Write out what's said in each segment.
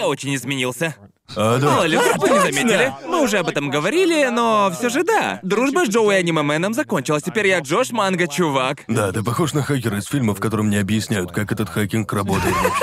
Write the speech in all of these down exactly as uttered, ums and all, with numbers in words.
очень изменился. А, да. Мало ли, вдруг вы не заметили. Мы уже об этом говорили, но все же да. Дружба с Джоуи аниме-меном закончилась. Теперь я Джош манга-чувак. Да, ты похож на хакера из фильма, в котором мне объясняют, как этот хакинг работает вообще.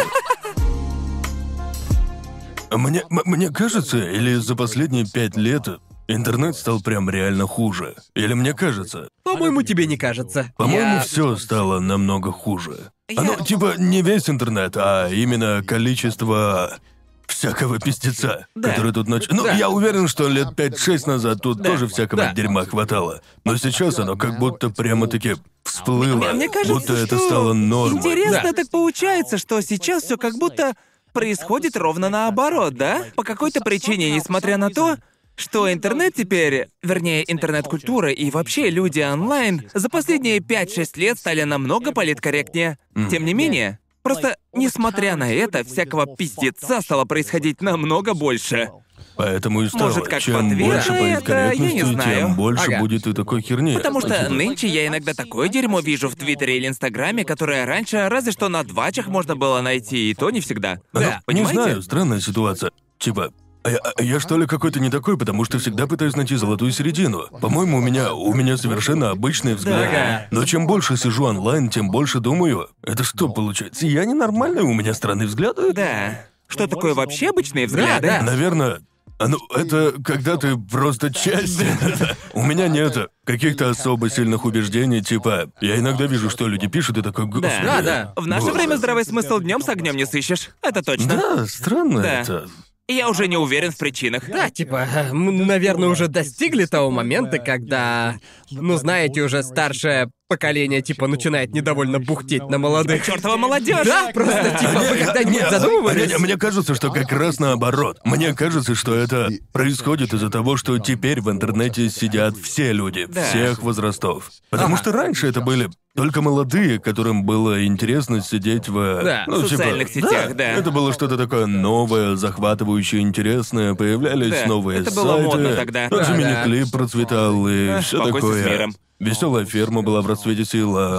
Мне, м- мне кажется, или за последние пять лет интернет стал прям реально хуже. Или мне кажется. По-моему, тебе не кажется. По-моему, Я- все стало намного хуже. Я- Оно, типа, не весь интернет, а именно количество всякого пиздеца, Да. который тут нач... Ну, я уверен, что лет пять-шесть назад тут Да. тоже всякого Да. дерьма хватало. Но сейчас оно как будто прямо-таки всплыло. Мне, мне кажется, будто это что стало нормой. Интересно Да. так получается, что сейчас все как будто происходит ровно наоборот, да? По какой-то причине, несмотря на то, что интернет теперь, вернее, интернет-культура и вообще люди онлайн за последние пять-шесть лет стали намного политкорректнее. Тем не менее, просто несмотря на это, всякого пиздеца стало происходить намного больше. Поэтому и стало, Может, как в чем ответ больше на это, я не политкорректности, знаю. тем больше Ага. будет и такой херни. Потому Ну, что типа, нынче я иногда такое дерьмо вижу в Твиттере или Инстаграме, которое раньше разве что на двачах можно было найти, и то не всегда. ну, Да, не понимаете? знаю, странная ситуация. Типа, а я, а я что ли какой-то не такой, потому что всегда пытаюсь найти золотую середину. По-моему, у меня у меня совершенно обычный взгляд. Да. Но чем больше сижу онлайн, тем больше думаю, это что получается? Я ненормальный, у меня странные взгляды? Да. Что такое вообще обычные взгляды? да. Наверное, а ну, это когда ты просто часть. У меня нет каких-то особо сильных убеждений, типа, я иногда вижу, что люди пишут, и такой, господи. Да, да. В наше боже». время здравый смысл днем с огнем не сыщешь. Это точно. Да, странно Да. это. И я уже не уверен в причинах. Да, типа, мы, наверное, уже достигли того момента, когда, ну, знаете, уже старшее поколение, типа, начинает недовольно бухтеть на молодых. Чёртова молодежь! Да, просто, типа, вы когда-нибудь Не, задумывались? не, Мне кажется, что как раз наоборот. Мне кажется, что это происходит из-за того, что теперь в интернете сидят все люди, Да. всех возрастов. Потому Ага. что раньше это были только молодые, которым было интересно сидеть в... Да, ну, в типа, социальных сетях, да. Это было что-то такое новое, захватывающее, интересное. Появлялись Да, новые это сайты. было модно тогда. Тот же Да, да. мини-клип процветал и Эх, все покойся с такое. миром. Веселая ферма была в расцвете сил. а,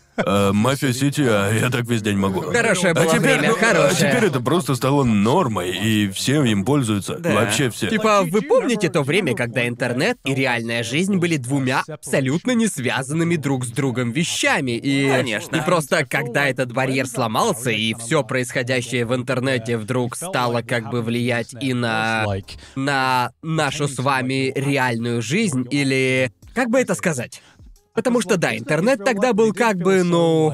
а, Мафия Сити, а я так весь день могу. Хорошее А было теперь, время, ну, а хорошее. теперь это просто стало нормой, и все им пользуются. Да. Вообще все. Типа, вы помните то время, когда интернет и реальная жизнь были двумя абсолютно не связанными друг с другом вещами, и... Конечно. И просто, когда этот барьер сломался, и все происходящее в интернете вдруг стало как бы влиять и на... на нашу с вами реальную жизнь, или... Как бы это сказать? Потому что, да, интернет тогда был как бы, ну...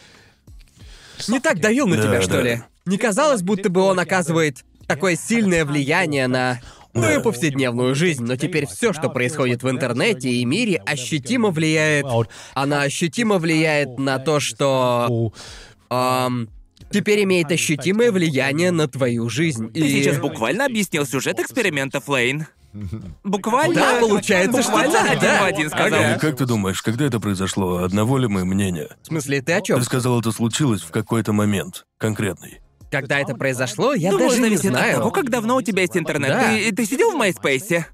Не так давил на Да, тебя, что да. ли? Не казалось, будто бы он оказывает такое сильное влияние на мою повседневную жизнь, но теперь все, что происходит в интернете и мире, ощутимо влияет... Она ощутимо влияет на то, что... ам, теперь имеет ощутимое влияние на твою жизнь. Ты и... сейчас буквально объяснил сюжет эксперимента, Флейн. Буквально. Да, получается, что буквально да, один да. в один сказал. Ага. И как ты думаешь, когда это произошло? Одного ли мы мнения? В смысле, ты о чем? Ты сказал, это случилось в какой-то момент конкретный. Когда это произошло, я Думаю, даже не зависит от знаю. того, как давно у тебя есть интернет. Да. Ты, ты сидел в MySpace?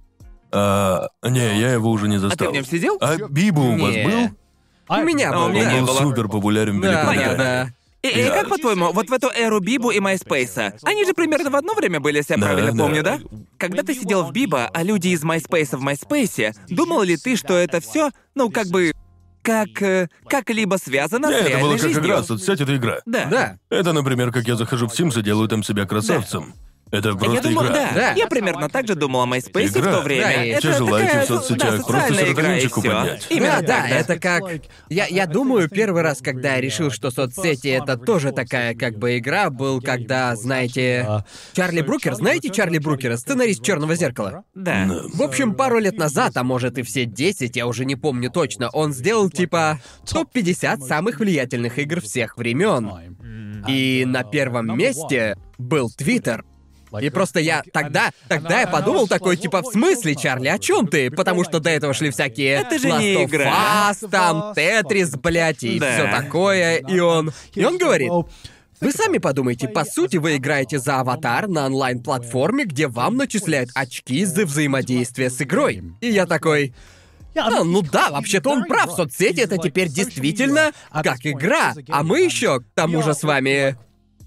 А, не, я его уже не А ты застал. в нем сидел? А Бибу у вас Не. был? У меня А был, у меня да. не Он был было. супер популярен в Да, да, Великобритании. да. И, и Я- как по-твоему, вот в эту эру Бибу и MySpace, они же примерно в одно время были, если я Да, правильно да. помню, да? Когда ты сидел в Биба, а люди из MySpace в MySpace, думал ли ты, что это все, ну, как бы, как, э, как-либо связано Не, с это было реальной как жизнью? игра, соцсеть — это игра. Да. Да. Это, например, как я захожу в Sims и делаю там себя красавцем. Это Я просто думал, игра. да. Да. Я примерно так же думал о MySpace Игра. в то время. Да, и это те же лайки такая, в соцсетях, да, просто социальная игра, и серотонинчику всё. поднять. Именно да, да, так, это как... Я, я думаю, первый раз, когда я решил, что соцсети — это тоже такая как бы игра, был когда, знаете... Чарли Брукер, знаете Чарли Брукера, сценарист «Черного зеркала»? Да. В общем, пару лет назад, а может и все десять, я уже не помню точно, он сделал типа топ пятьдесят самых влиятельных игр всех времен. И на первом месте был Твиттер. И просто я тогда, тогда я подумал такой, типа, в смысле, Чарли, о чем ты? Потому что до этого шли всякие Это же не Last of игра. Us, там, Тетрис, блядь, и Да. все такое. И он. И он говорит. Вы сами подумайте, по сути, вы играете за аватар на онлайн-платформе, где вам начисляют очки за взаимодействие с игрой. И я такой. А, ну да, вообще-то он прав, соцсети это теперь действительно как игра. А мы еще, к тому же, с вами.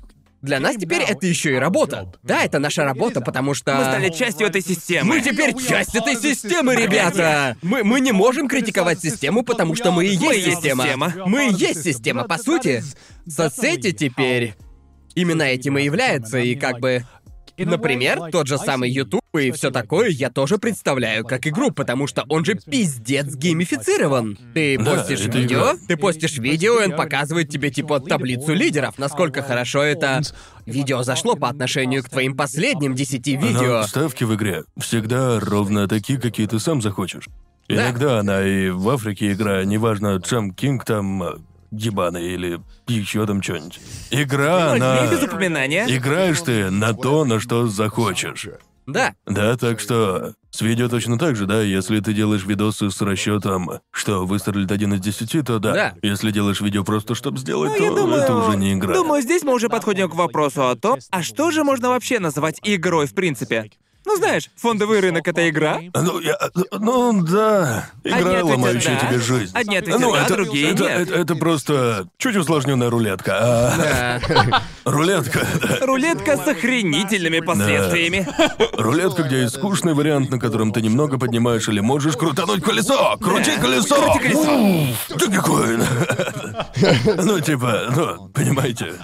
Для нас теперь это еще и работа. Да, это наша работа, потому что... Мы стали частью этой системы. Мы теперь часть этой системы, ребята! Мы, мы не можем критиковать систему, потому что мы и есть Мы есть система. система. Мы и есть система, по сути. Соцсети теперь именно этим и являются, и как бы... Например, тот же самый YouTube и все такое я тоже представляю как игру, потому что он же пиздец геймифицирован. Ты Да, постишь это видео, игра. ты постишь видео, и он показывает тебе типа таблицу лидеров, насколько хорошо это видео зашло по отношению к твоим последним десяти видео. Но ставки в игре всегда ровно такие, какие ты сам захочешь. Да. Иногда она и в Африке игра, неважно, Джамп Кинг там э, ебаный или еще там что-нибудь. Игра, она... Без упоминания. Играешь ты на то, на что захочешь. Да. Да, так что с видео точно так же, да, если ты делаешь видосы с расчетом, что выстрелит один из десяти, то да. Да. Если делаешь видео просто, чтобы сделать, Ну, то я думаю, это уже не игра. Думаю, здесь мы уже подходим к вопросу о том, а что же можно вообще называть игрой в принципе? Ну, знаешь, фондовый рынок — это игра. Ну, я, ну да, Одни игра, ответят ломающая «да», тебе жизнь. одни ответят ну, «да», это, другие это, «нет». Это, это просто чуть усложненная рулетка. А, Да. рулетка, да. Рулетка с охренительными последствиями. Рулетка, где есть скучный вариант, на котором ты немного поднимаешь или можешь крутануть колесо. Крути колесо! Крути колесо. Догикоин. Ну, типа, ну, понимаете.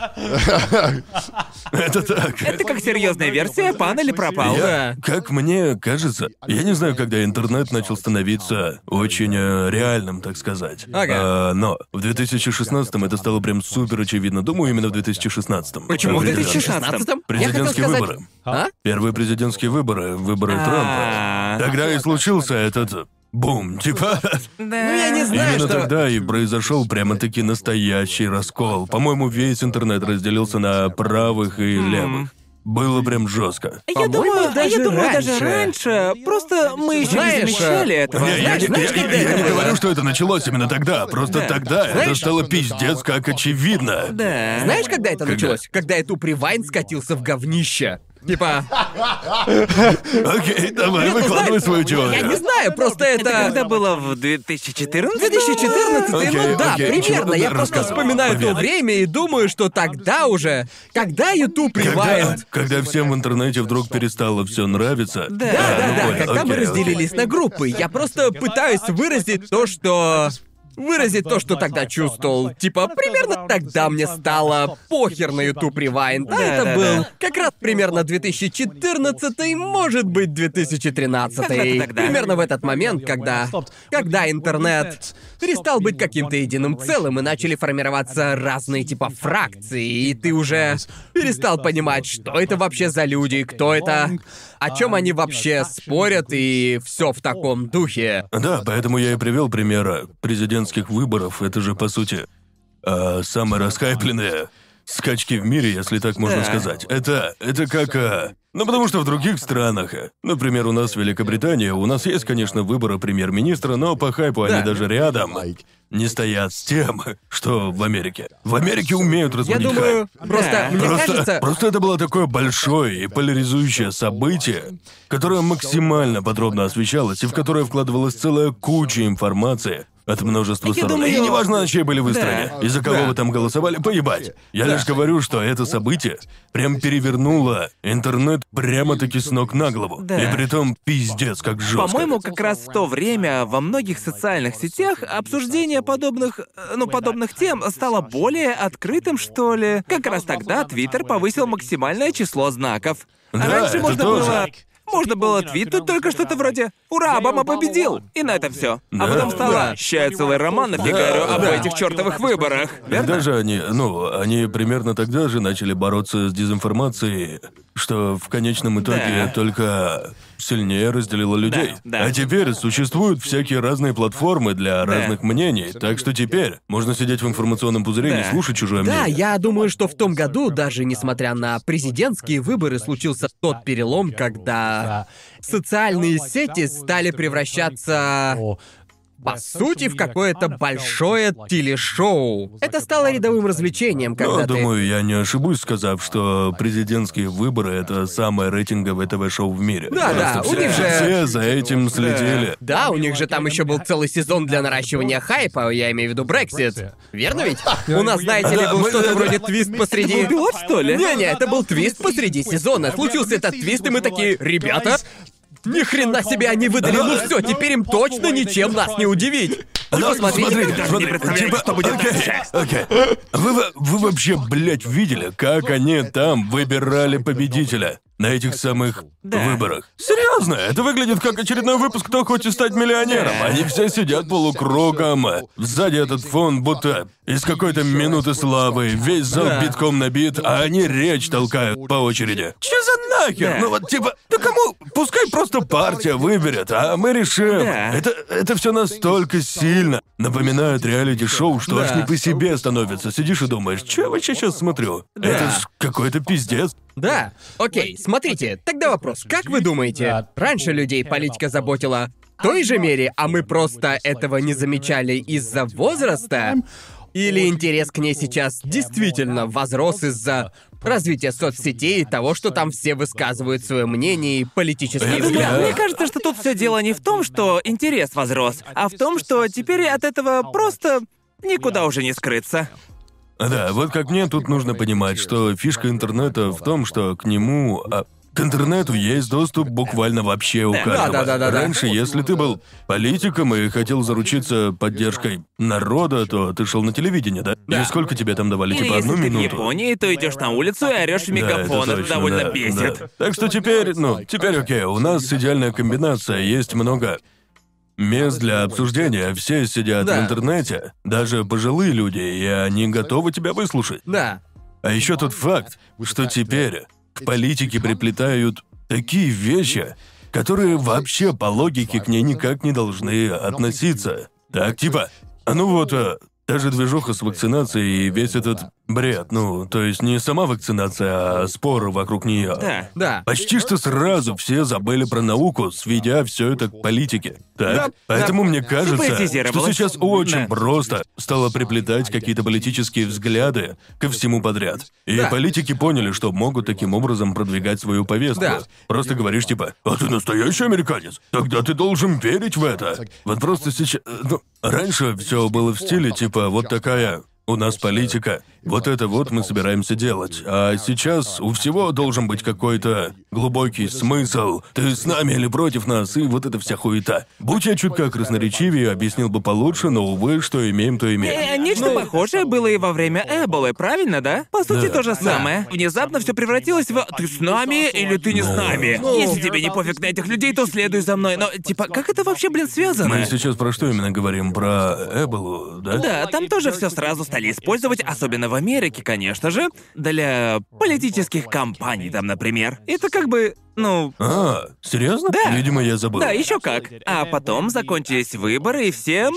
Это так. Это как серьезная версия «пан или пропал». Я, как мне кажется, я не знаю, когда интернет начал становиться очень э, реальным, так сказать. Ага. А, но в две тысячи шестнадцатом это стало прям супер очевидно. Думаю, именно в две тысячи шестнадцатом. Почему в Определенно. две тысячи шестнадцатом? Я хотел Президентские сказать... выборы. А? Первые президентские выборы, выборы А. Трампа. Тогда и случился этот бум, типа. Да. Ну, я не знаю, Именно что... тогда и произошел прямо-таки настоящий раскол. По-моему, весь интернет разделился на правых и левых. Было прям жестко. Я По-моему, думаю, даже я думаю, даже раньше. раньше. Просто мы еще Знаешь, не замечали этого. Не, я, Знаешь, не- знаешь, я- когда я это не было? говорю, что это началось именно тогда. Просто Да. тогда это Знаешь, стало пиздец как очевидно. Да. Знаешь, когда это Когда? началось? Когда эту привайн скатился в говнище. Типа... Окей, давай, Нет, ну, выкладывай знаешь, свою Я не теорию. знаю, просто это... Это когда было в две тысячи четырнадцатом? две тысячи четырнадцатый, Окей, ну да, окей, примерно. чё- Я да, просто рассказывай, вспоминаю то поведай. время и думаю, что тогда уже, когда YouTube Когда, Rewind... когда всем в интернете вдруг перестало все нравиться. Да. А, Да, ну да, понял, когда мы окей, разделились на группы, я просто пытаюсь выразить то, что... Выразить то, что тогда чувствовал. Типа, примерно тогда мне стало похер на YouTube Rewind. А Да, это да, был да. как раз примерно две тысячи четырнадцатый, может быть, две тысячи тринадцатый. Когда-то тогда. Примерно в этот момент, когда... Когда интернет перестал быть каким-то единым целым и начали формироваться разные типа фракции, и ты уже перестал понимать, что это вообще за люди, кто это, о чем они вообще спорят, и все в таком духе. Да, поэтому я и привел пример президентских выборов. Это же, по сути, а, самые расхайпленные скачки в мире, если так можно Да. сказать. Это, это как... а, Ну, потому что в других странах, а, например, у нас в Великобритании, у нас есть, конечно, выборы премьер-министра, но по хайпу Да. они даже рядом не стоят с тем, что в Америке. В Америке умеют Я разводить думаю, хайп. просто, Да. мне Просто, кажется... просто это было такое большое и поляризующее событие, которое максимально подробно освещалось и в которое вкладывалась целая куча информации от множества сторон. думаю- И неважно, на чьей были вы Да. стороне, и за кого Да. вы там голосовали, поебать. Я лишь говорю, что это событие прям перевернуло интернет прямо-таки с ног на голову. Да. И притом пиздец как жестко. По-моему, как раз в то время во многих социальных сетях обсуждение подобных, э, ну, подобных тем стало более открытым, что ли. Как раз тогда Твиттер повысил максимальное число знаков. А Да, раньше это можно тоже. было... Можно было твитнуть только что-то вроде «Ура, Обама победил!» И на этом все. А Да. потом стало Да. «Ща я целый роман нафигарю Да, об да. этих чертовых выборах». Верно? Тогда же они, ну, они примерно тогда же начали бороться с дезинформацией, что в конечном итоге Да. только сильнее разделило людей. да. А теперь существуют всякие разные платформы для разных мнений, так что теперь можно сидеть в информационном пузыре и не Да. слушать чужое Да, мнение. я думаю, что в том году, даже несмотря на президентские выборы, случился тот перелом, когда социальные сети стали превращаться по сути, в какое-то большое телешоу. Это стало рядовым развлечением, когда Но, ты... думаю, я не ошибусь, сказав, что президентские выборы — это самое рейтинговое ТВ-шоу в мире. Да, Просто да, у все, них же- все за этим следили. Да, у них же там еще был целый сезон для наращивания хайпа, я имею в виду Брексит. Верно ведь? У нас, знаете ли, Да, был мы- что-то да, вроде да. твист посреди... был пилот, что ли? Не-не, это был твист посреди сезона. Случился этот твист, и мы такие, ребята, ни хрена себе они выдали, ну все, теперь им точно ничем нас не удивить. Ну, Посмотрите, смотрите, как- смотрите, представляете, типа, что будет окей, дальше. окей. Вы, во- вы вообще, блядь, видели, как они там выбирали победителя на этих самых Да. выборах? Серьезно, это выглядит как очередной выпуск «Кто хочет стать миллионером». Да. Они все сидят полукругом. Сзади этот фон будто из какой-то минуты славы. Весь зал Да. битком набит, а они речь толкают по очереди. Че за нахер? Да. Ну вот типа, да кому? Пускай просто партия выберет, а мы решим. Да. Это, это все настолько сильно напоминает реалити-шоу, что аж Да. не по себе становится. Сидишь и думаешь, что я вообще сейчас смотрю? Это ж какой-то пиздец. Да. Окей, смотрите, тогда вопрос. Как вы думаете, раньше людей политика заботила в той же мере, а мы просто этого не замечали из-за возраста? Или интерес к ней сейчас действительно возрос из-за развития соцсетей и того, что там все высказывают свое мнение и политические Это взгляды? да. Мне кажется, что тут все дело не в том, что интерес возрос, а в том, что теперь от этого просто никуда уже не скрыться. Да, вот как мне тут нужно понимать, что фишка интернета в том, что к нему... а, к интернету есть доступ буквально вообще у Да. каждого. Да-да-да-да-да. Раньше, если ты был политиком и хотел заручиться поддержкой народа, то ты шел на телевидение, да? Да. И сколько тебе там давали? Или Типа если одну ты в минуту? Японии, то идешь на улицу и орешь в Да, мегафон. Это точно, довольно да, бесит. да. Так что теперь, ну, теперь окей, у нас идеальная комбинация, есть много мест для обсуждения, все сидят Да. в интернете, даже пожилые люди, и они готовы тебя выслушать. Да. А еще тот факт, что теперь к политике приплетают такие вещи, которые вообще по логике к ней никак не должны относиться. Так, типа, а ну вот, а, та же движуха с вакцинацией и весь этот бред, ну, то есть не сама вакцинация, а споры вокруг нее. Да. Да. Почти что сразу все забыли про науку, сведя все это к политике. Так? Да, Поэтому мне кажется, что Политизировалось. сейчас очень Да. просто стало приплетать какие-то политические взгляды ко всему подряд. И Да. политики поняли, что могут таким образом продвигать свою повестку. Да. Просто говоришь типа, а ты настоящий американец? Тогда ты должен верить в это. Вот просто сейчас... Ну, раньше все было в стиле типа вот такая... У нас политика. Вот это вот мы собираемся делать. А сейчас у всего должен быть какой-то глубокий смысл. Ты с нами или против нас, и вот эта вся хуета. Будь я чутка красноречивее, объяснил бы получше, но, увы, что имеем, то имеем. Э, Нечто похожее было и во время Эболы, правильно, да? По сути, Да. то же самое. Внезапно все превратилось в «ты с нами или ты не с нами?» Ну. Если тебе не пофиг на этих людей, то следуй за мной. Но, типа, как это вообще, блин, связано? Мы сейчас про что именно говорим? Про Эболу, да? Да, там тоже все сразу стали использовать, особенно в Америке, конечно же, для политических кампаний там, например. Это как бы, ну... А, серьезно? Да. Видимо, я забыл. Да, еще как. А потом закончились выборы, и всем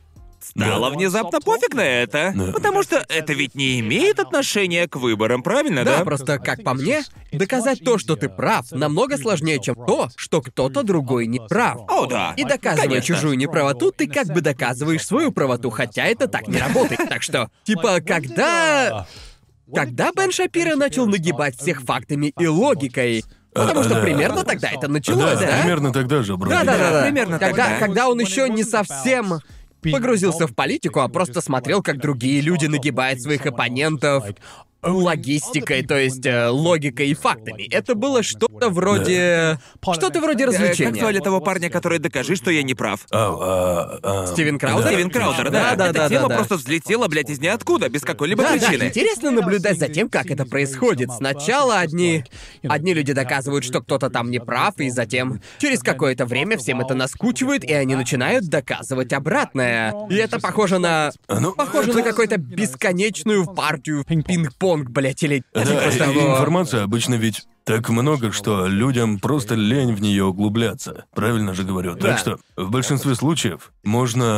стало Да. внезапно пофиг на это. Да. Потому что это ведь не имеет отношения к выборам, правильно, да? Да, просто, как по мне, доказать то, что ты прав, намного сложнее, чем то, что кто-то другой не прав. О, да. И доказывая Конечно. чужую неправоту, ты как бы доказываешь свою правоту, хотя это так не работает. Так что, типа, когда... Когда Бен Шапиро начал нагибать всех фактами и логикой? Потому А, что да. примерно тогда это Да, началось, да? примерно тогда же, вроде. Да, да, да, да. примерно когда, тогда. когда он еще не совсем погрузился в политику, а просто смотрел, как другие люди нагибают своих оппонентов логистикой, то есть э, логикой и фактами. Это было что-то вроде... Что-то вроде Э, развлечения. Как звали того парня, который «докажи, что я не прав»? А, а, а, Стивен Краудер? да. Стивен Краудер, да. Да, да, Эта да, тема да, да. просто взлетела, блядь, из ниоткуда, без какой-либо Да, да, причины. интересно наблюдать за тем, как это происходит. Сначала одни... Одни люди доказывают, что кто-то там не прав, и затем через какое-то время всем это наскучивает, и они начинают доказывать обратное. И это похоже на... А ну, Похоже на какую-то бесконечную партию в пинг-понг, блядь, или... Да, типа и того. информации обычно ведь так много, что людям просто лень в нее углубляться. Правильно же говорю. Да. Так что в большинстве случаев можно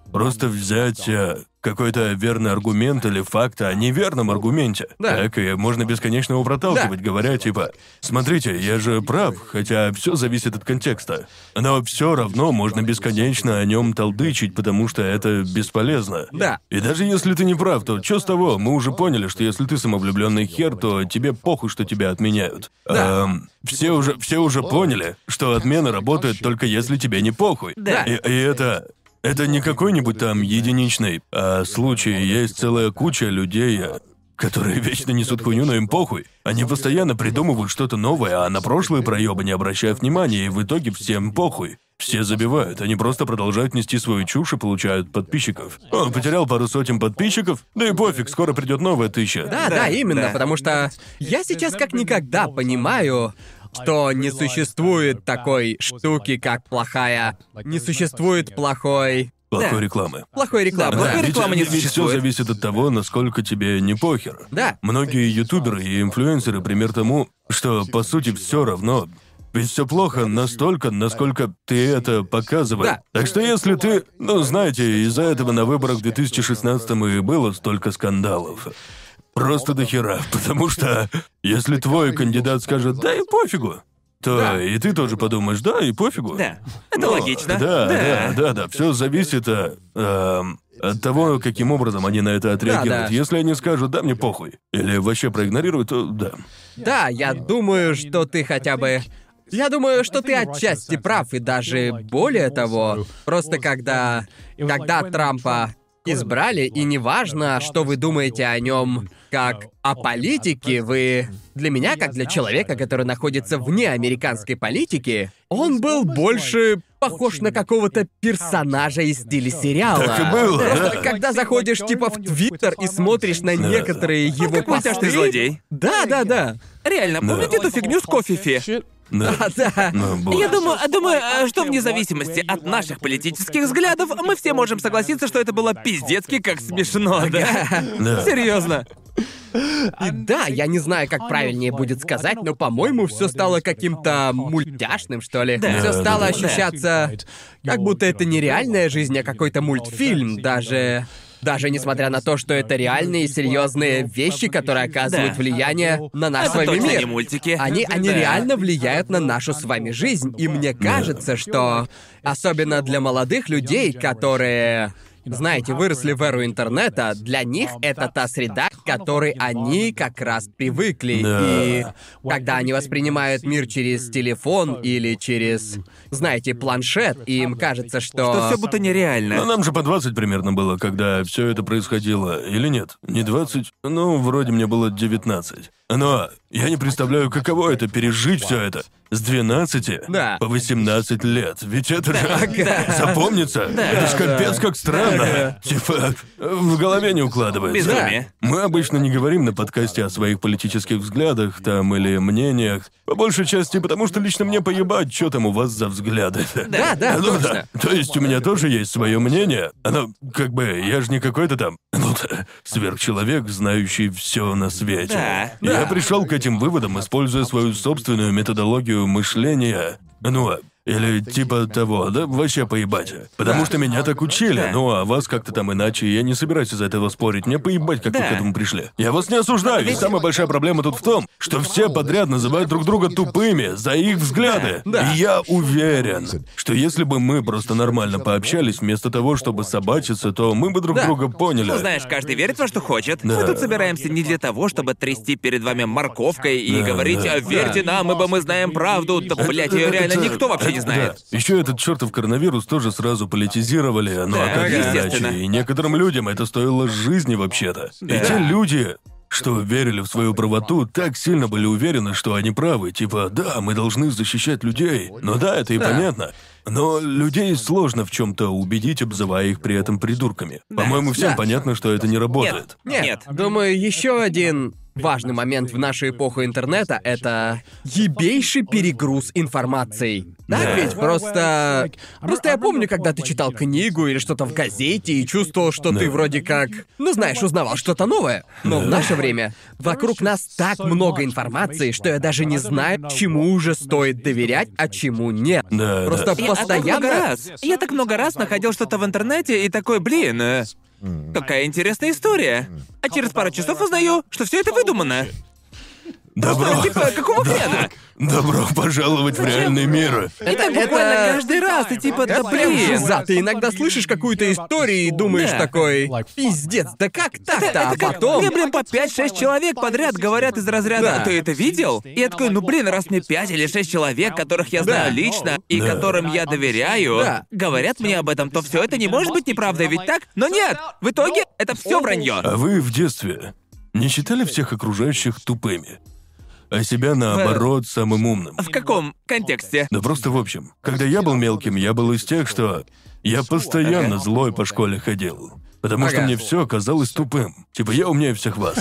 просто взять э, какой-то верный аргумент или факт о неверном аргументе. Да. Так, и можно бесконечно его проталкивать, Да. говоря, типа, смотрите, я же прав, хотя все зависит от контекста. Но все равно можно бесконечно о нем толдычить, потому что это бесполезно. Да. И даже если ты не прав, то что с того? Мы уже поняли, что если ты самовлюбленный хер, то тебе похуй, что тебя отменяют. Да. Эм, все уже, все уже поняли, что отмена работает только если тебе не похуй. Да. И, и это... Это не какой-нибудь там единичный а, случай. Есть целая куча людей, а, которые вечно несут хуйню, но им похуй. Они постоянно придумывают что-то новое, а на прошлые проебы не обращают внимания, и в итоге всем похуй. Все забивают, они просто продолжают нести свою чушь и получают подписчиков. Он потерял пару сотен подписчиков, да и пофиг, скоро придет новая тысяча. Да, да, Да, именно, да. потому что я сейчас как никогда понимаю, что не существует такой штуки, как плохая... Не существует плохой... Плохой Да. рекламы. Плохой рекламы, Да, да. плохой Ведь, рекламы не ведь все существует. зависит от того, насколько тебе не похер. Да. Многие ютуберы и инфлюенсеры пример тому, что по сути все равно. Ведь все плохо настолько, насколько ты это показываешь. Да. Так что если ты... Ну, знаете, из-за этого на выборах в две тысячи шестнадцатом и было столько скандалов. Просто до хера. Потому что если твой кандидат скажет «да и пофигу», то Да. и ты тоже подумаешь «да и пофигу». Да. Это Ну, логично. Да, да, да, да. Все зависит а, эм, от того, каким образом они на это отреагируют. Да, да. Если они скажут «да, мне похуй», или вообще проигнорируют, то да. Да, я думаю, что ты хотя бы... Я думаю, что ты отчасти прав, и даже более того, просто когда... Когда Трампа избрали, и неважно, что вы думаете о нем как о политике, вы... Для меня, как для человека, который находится вне американской политики, он был больше похож на какого-то персонажа из телесериала. Так и было, Просто да. когда заходишь типа в Твиттер и смотришь на некоторые его как мультяшный посты... злодей. Да, да, да. Реально, помните эту фигню с кофе-фи? Да. А, да. Ну, бог. Я думаю, думаю, э, что вне зависимости от наших политических взглядов, мы все можем согласиться, что это было пиздецки как смешно, да? Да. Серьезно. И да, я не знаю, как правильнее будет сказать, но, по-моему, все стало каким-то мультяшным, что ли. Да. Все Да, стало да, да. ощущаться, как будто это не реальная жизнь, а какой-то мультфильм, даже. Даже несмотря на то, что это реальные серьезные вещи, которые оказывают Да. влияние на наш Это с вами точно мир. не мультики. Они, они Да. реально влияют на нашу с вами жизнь. И мне кажется, что особенно для молодых людей, которые, знаете, выросли в эру интернета, для них это та среда, к которой они как раз привыкли. Да. И когда они воспринимают мир через телефон или через, знаете, планшет, им кажется, что... Что все будто Но нереально. нам же по двадцать примерно было, когда все это происходило, или нет? Не двадцать? Ну, вроде мне было девятнадцать. Но я не представляю, каково это пережить все это. С двенадцати Да. по восемнадцать лет. Ведь это же Ага. запомнится. Это ж капец как странно. Типа, в голове не укладывается. Безумие. Мы обычно не говорим на подкасте о своих политических взглядах там или мнениях. По большей части, потому что лично мне поебать, что там у вас за взгляды. Да, да, Ну точно. да. То есть у меня тоже есть свое мнение. Оно, как бы, я же не какой-то там, ну да, сверхчеловек, знающий все на свете. Да, Я да. пришел к этим выводам, используя свою собственную методологию мышления. Ну, или типа того, да вообще поебать. Потому что меня так учили, Да. ну а вас как-то там иначе, и я не собираюсь из-за этого спорить. Мне поебать, как вы Да. к этому пришли. Я вас не осуждаю, ведь самая большая проблема тут в том, что все подряд называют друг друга тупыми за их взгляды. Да. И я уверен, что если бы мы просто нормально пообщались вместо того, чтобы собачиться, то мы бы друг Да. друга поняли. Ну, знаешь, каждый верит во что хочет. Да. Мы тут собираемся не для того, чтобы трясти перед вами морковкой и Да, говорить да. «А, верьте нам, ибо мы знаем правду». Да, блядь, ее реально никто вообще не знает. Еще этот чертов коронавирус тоже сразу политизировали, ну а Да, как же естественно. иначе? И некоторым людям это стоило жизни вообще-то. И Да. те люди, что верили в свою правоту, так сильно были уверены, что они правы. Типа, да, мы должны защищать людей. Ну да, это и Да. понятно. Но людей сложно в чем-то убедить, обзывая их при этом придурками. По-моему, всем Да. понятно, что это не работает. Нет, Нет. думаю, еще один важный момент в нашу эпоху интернета — это ебейший перегруз информацией. Так Да. ведь? Просто... Просто я помню, когда ты читал книгу или что-то в газете и чувствовал, что ты вроде как... Ну, знаешь, узнавал что-то новое. Но в наше время вокруг нас так много информации, что я даже не знаю, чему уже стоит доверять, а чему нет. Да, Просто да. Я так много постоянно... раз. Я так много раз находил что-то в интернете и такой, блин, э, какая интересная история. А через пару часов узнаю, что все это выдумано. Добро. Что, типа, какого хрена? Добро пожаловать в реальный мир. И так буквально каждый раз, ты типа, да Это прям блин. жиза. Ты иногда слышишь какую-то историю и думаешь Да. такой... Пиздец, да как так-то? Это А как потом... мне, блин, по пять-шесть человек подряд говорят из разряда, Да. ты это видел? И я такой, ну блин, раз мне пять или шесть человек, которых я знаю Да. лично и Да. которым я доверяю, Да. говорят мне об этом, то все это не может быть неправдой, ведь так? Но нет, в итоге это все вранье. А вы в детстве не считали всех окружающих тупыми? А себя, наоборот, самым умным? В каком контексте? Да просто в общем. Когда я был мелким, я был из тех, что... Я постоянно злой по школе ходил. Потому что Ага. мне все казалось тупым. Типа, я умнее всех вас.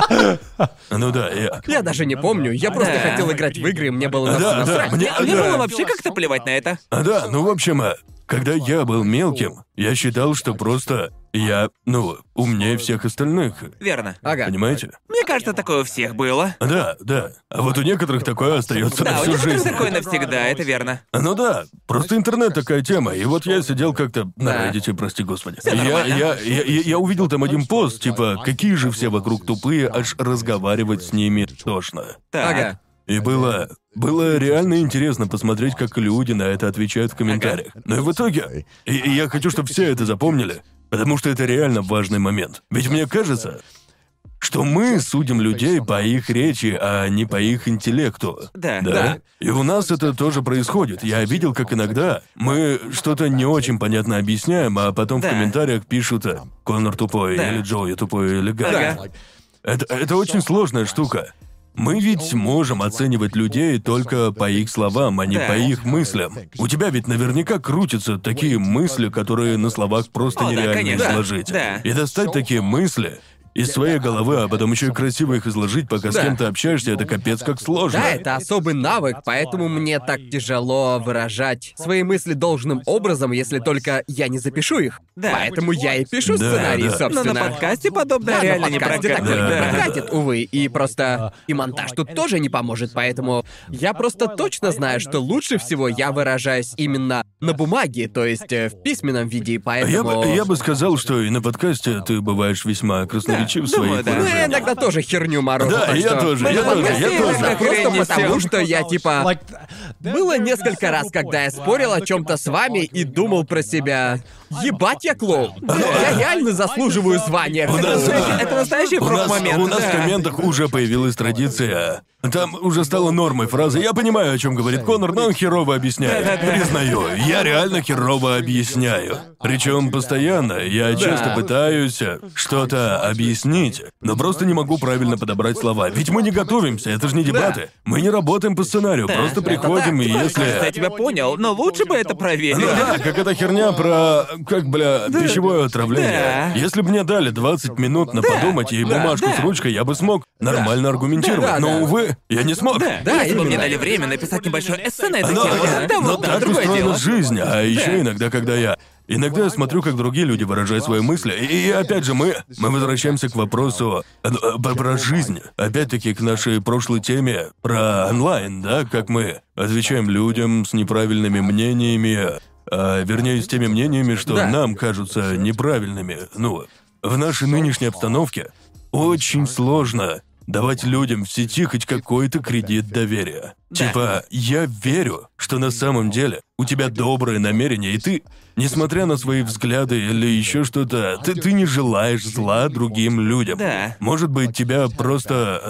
Ну да, я... Я даже не помню, я просто Да. хотел играть в игры, и мне было на Да, всё да, насрать. мне- Мне да. было вообще как-то плевать на это. А да, ну в общем, а, когда я был мелким, я считал, что просто я, ну, умнее всех остальных. Верно. Ага. Понимаете? Мне кажется, такое у всех было. Да, да. А вот у некоторых такое остается Да, на у всю некоторых жизнь. такое навсегда, это верно. Ну да, просто интернет такая тема, и вот я сидел как-то на Да. Reddit, прости господи. Я, нормально. я, я, я, я увидел там один пост, типа, какие же все вокруг тупые, аж разговаривать с ними тошно. Так. Ага. И было... Было реально интересно посмотреть, как люди на это отвечают в комментариях. Но и в итоге... И, и я хочу, чтобы все это запомнили, потому что это реально важный момент. Ведь мне кажется, что мы судим людей по их речи, а не по их интеллекту. Да. Да. И у нас это тоже происходит. Я видел, как иногда мы что-то не очень понятно объясняем, а потом Да. в комментариях пишут э, «Коннор тупой» Да. или «Джоуи тупой» или «Гарри». Ага. Это, это очень сложная штука. Мы ведь можем оценивать людей только по их словам, а не Да. по их мыслям. У тебя ведь наверняка крутятся такие мысли, которые на словах просто О, да, нереально конечно. изложить. Да. И достать такие мысли из своей головы, а потом еще и красиво их изложить, пока с Да. кем-то общаешься, это капец как сложно. Да, это особый навык, поэтому мне так тяжело выражать свои мысли должным образом, если только я не запишу их. Да. Поэтому я и пишу Да, сценарий, да. Но собственно. на подкасте подобное Да, реально на не подкасте прокатит. такое Да. не прокатит, увы. И просто... И монтаж тут тоже не поможет, поэтому я просто точно знаю, что лучше всего я выражаюсь именно на бумаге, то есть э, в письменном виде, и Я поэтому... бы, я бы сказал, что и на подкасте ты бываешь весьма красноречив в думаю, своих да. Ну, я выражениях. иногда тоже херню морожу. Да, так я что- тоже, Мы я на тоже, подкасте я тоже. иногда просто Хрень потому, несём. что я типа... Было несколько раз, когда я спорил о чем-то с вами и думал про себя. Ебать, я клоун. Я реально заслуживаю звания. У нас- Это настоящий У нас, проф-момент. у нас да. в комментах уже появилась традиция. Там уже стала нормой фраза «Я понимаю, о чем говорит Коннор, но он херово объясняет». Признаю, я реально херово объясняю. Причем постоянно. Я часто пытаюсь что-то объяснить, но просто не могу правильно подобрать слова. Ведь мы не готовимся, это же не дебаты. Мы не работаем по сценарию, просто приходим, и Кажется, я если... тебя понял, но лучше бы это проверить. Ну да, как эта херня про, как, бля, пищевое отравление. Да. Если бы мне дали двадцать минут на подумать и бумажку с ручкой, я бы смог нормально аргументировать. Да, да, Но, да. увы, я не смог. Да, Да, если бы мне именно. дали время написать небольшое эссе на эту Но, тему, тогда но вот да, так другое устроена дело. жизнь, а еще иногда, когда я... Иногда я смотрю, как другие люди выражают свои мысли, и, и опять же мы, мы возвращаемся к вопросу э, э, про, про жизнь. Опять-таки к нашей прошлой теме про онлайн, да, как мы отвечаем людям с неправильными мнениями, а, вернее, с теми мнениями, что Да. нам кажутся неправильными. Ну, в нашей нынешней обстановке очень сложно давать людям в сети хоть какой-то кредит доверия. Да. Типа, я верю, что на самом деле у тебя добрые намерения, и ты, несмотря на свои взгляды или еще что-то, ты, ты не желаешь зла другим людям. Да. Может быть, тебя просто, ну,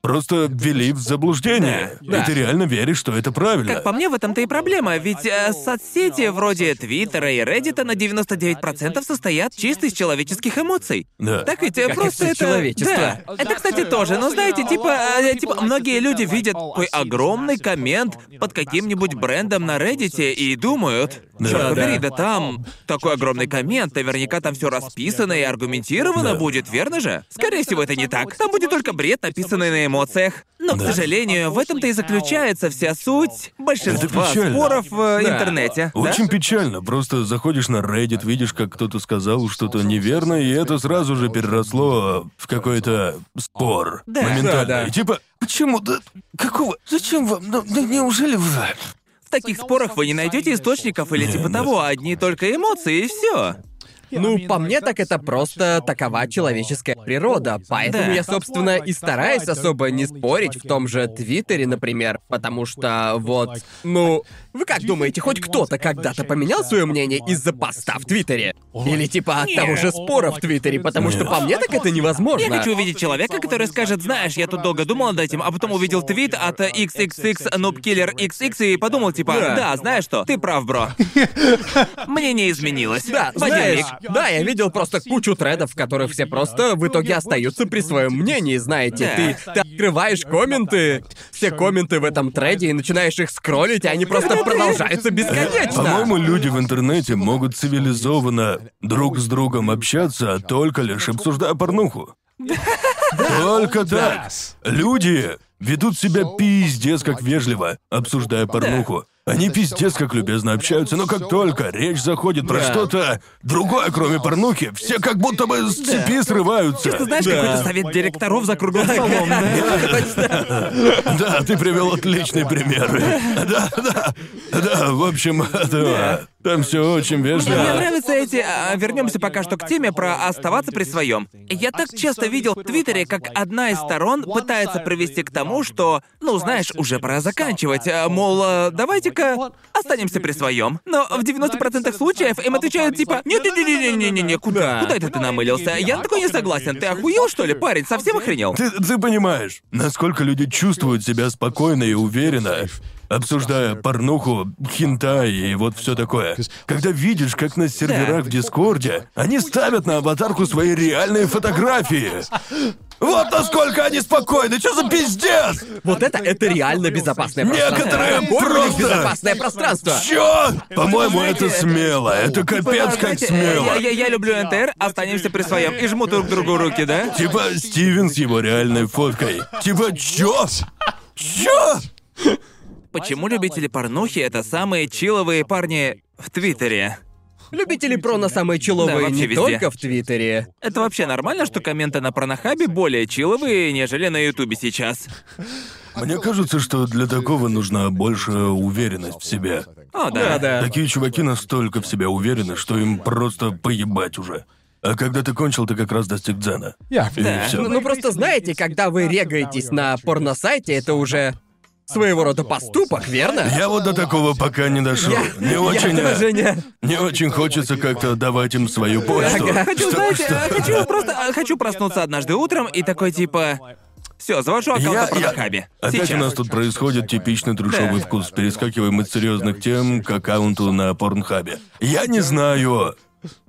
просто ввели в заблуждение. Да. И ты реально веришь, что это правильно. Как по мне, в этом-то и проблема, ведь э, соцсети вроде Твиттера и Реддита на девяносто девять процентов состоят чисто из человеческих эмоций. Да. Так ведь э, Как и просто всё это... человечество. Да. Это, кстати, тоже, но знаете, типа, э, типа, многие люди видят такой огромный коммент под каким-нибудь брендом на Реддите и думают, Да. черт Да. побери, да там такой огромный коммент, наверняка там все расписано и аргументировано Да. будет, верно же? Скорее всего, это не так. Там будет только бред, написанный на эмоциях. Но, к Да. сожалению, в этом-то и заключается вся суть большинства печально. споров в э, Да. интернете. да? Очень печально. Просто заходишь на Reddit, видишь, как кто-то сказал что-то неверно, и это сразу же переросло в какой-то спор. Да. Моментально. Да, да. И типа, почему? Да какого? Зачем вам? Ну, да неужели вы? В таких спорах вы не найдете источников или типа того, одни только эмоции и все. Ну, по мне, так это просто такова человеческая природа. Поэтому Да. я, собственно, и стараюсь особо не спорить в том же Твиттере, например, потому что вот... Ну, вы как думаете, хоть кто-то когда-то поменял свое мнение из-за поста в Твиттере? Или типа от того же спора в Твиттере, потому что по мне так это невозможно. Я хочу увидеть человека, который скажет, знаешь, я тут долго думал над этим, а потом увидел твит от икс икс икс Noobkiller икс икс и подумал, типа, Да. да, знаешь что, ты прав, бро. Мне не изменилось. Да, В один знаешь, миг. да, я видел просто кучу тредов, в которых все просто в итоге остаются при своем мнении, знаете. Да. Ты, ты открываешь комменты, все комменты в этом треде, и начинаешь их скроллить, и они просто продолжаются бесконечно. По-моему, люди в интернете могут цивилизованно друг с другом общаться, только лишь обсуждая порнуху. Только так. Люди ведут себя пиздец как вежливо, обсуждая порнуху. Они пиздец как любезно общаются, но как только речь заходит про Да. что-то другое, кроме порнухи, все как будто бы с цепи срываются. Ты знаешь, Да. какой-то совет директоров за круглым столом, да? Да, ты привел отличные примеры. Да, да. Да, в общем, это... Там все очень Мне вежливо. нравятся эти... а, вернемся пока что к теме про оставаться при своем. Я так часто видел в Твиттере, как одна из сторон пытается привести к тому, что, ну, знаешь, уже пора заканчивать. а, Мол, а, давайте-ка останемся при своем. Но в девяноста процентах случаев им отвечают типа: не-не-не-не-не-не-не, куда? Куда это ты намылился? Я на такой не согласен. Ты охуел, что ли, парень? Совсем охренел? Ты, ты понимаешь, насколько люди чувствуют себя спокойно и уверенно, обсуждая порнуху, хентай и вот все такое. Когда видишь, как на серверах в Дискорде они ставят на аватарку свои реальные фотографии. Вот насколько они спокойны, что за пиздец? Вот это, это реально безопасное пространство. Некоторые Какое у них просто- безопасное пространство. Чё? По-моему, это Знаете, смело. Это Типа, капец как знаете, смело. Я, я, я люблю эн тэ эр, останемся при своем и жму друг другу руки, да? Типа Стивен с его реальной фоткой. Типа чё? Чё? Почему любители порнухи — это самые чиловые парни в Твиттере? Любители порно самые Да, человые вообще не везде. только в Твиттере. Это вообще нормально, что комменты на Порнохабе более чиловые, нежели на Ютубе сейчас? Мне кажется, что для такого нужна большая уверенность в себе. О, да. Да-да. Такие чуваки настолько в себе уверены, что им просто поебать уже. А когда ты кончил, ты как раз достиг дзена. И Да. всё. Ну, ну просто знаете, когда вы регаетесь на порносайте, это уже своего рода поступок, верно? Я вот до такого пока не дошел. Я- Не очень. я тоже не- Не очень хочется как-то давать им свою почту. Ага. Хочу, Что- знаете, что- а, хочу просто... а, Хочу проснуться однажды утром и такой типа... Все, завожу аккаунт Я- на Порнохабе. я- Опять Сейчас. у нас тут происходит типичный трешовый Да. вкус. Перескакиваем от серьезных тем к аккаунту на Порнхабе. Я не знаю,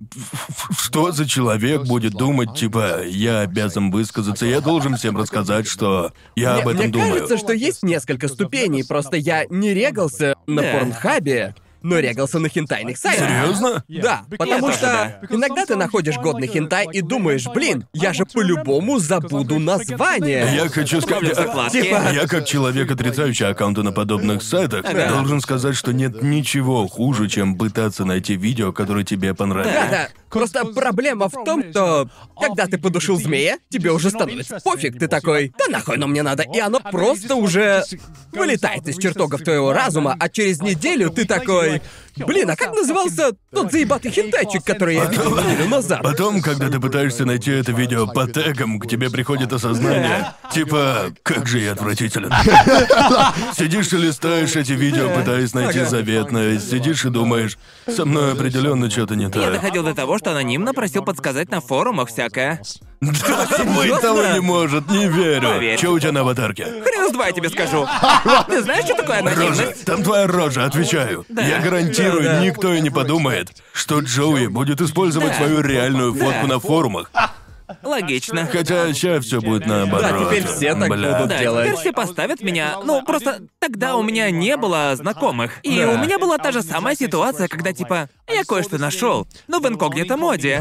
что за человек будет думать, типа, я обязан высказаться, я должен всем рассказать, что я Мне, об этом мне думаю. кажется, что есть несколько ступеней, просто я не регался на Да. порнхабе, но регался на хентайных сайтах. Серьезно? Да, потому тоже, что да. иногда ты находишь годный хентай и думаешь, блин, я же по-любому забуду название. Я хочу Добавлю сказать, закладки. Типа- я как человек, отрицающий аккаунты на подобных сайтах, Ага. должен сказать, что нет ничего хуже, чем пытаться найти видео, которое тебе понравилось. Да-да. Просто проблема в том, что когда ты подушил змея, тебе уже становится пофиг. Ты такой, да нахуй оно мне надо. И оно просто уже вылетает из чертогов твоего разума, а через неделю ты такой, блин, а как назывался тот заебатый хентайчик, который я видел неделю назад? Потом, когда ты пытаешься найти это видео по тегам, к тебе приходит осознание. Типа, как же я отвратителен. Сидишь и листаешь эти видео, пытаясь найти Ага. заветное. Сидишь и думаешь, со мной определенно что-то не Я так. доходил до того, что анонимно просил подсказать на форумах всякое. Быть того не может, не верю. Поверь. Че у тебя на аватарке? Хрен с два я тебе скажу. Ты знаешь, что такое Рожа. анонимность? Там твоя рожа, отвечаю. Я гарантирую, Да, да. никто и не подумает, что Джоуи будет использовать Да. свою реальную фотку Да. на форумах. Логично. Хотя сейчас все будет наоборот. Да, теперь все так Бля. будут Да, делать. теперь все поставят меня. Ну, просто тогда у меня не было знакомых. И Да. у меня была та же самая ситуация, когда типа я кое-что нашел, но в инкогнито моде.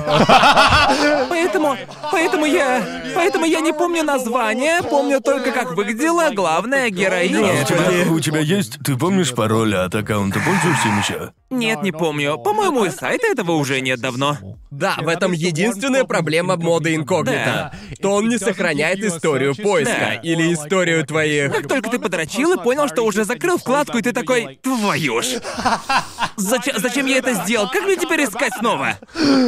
Поэтому. Поэтому я. Поэтому я не помню название, помню только, как выглядела главная А героиня. у тебя, у тебя есть, ты помнишь пароль от аккаунта, пользуешься им еще? Нет, не помню. По-моему, и сайта этого уже нет давно. Да, в этом единственная проблема мода инкогнито. То он не сохраняет историю поиска Да. или историю твоих... Как только ты подрочил и понял, что уже закрыл вкладку, и ты такой, твою ж. Зачем, зачем я это сделал? Как мне теперь искать снова?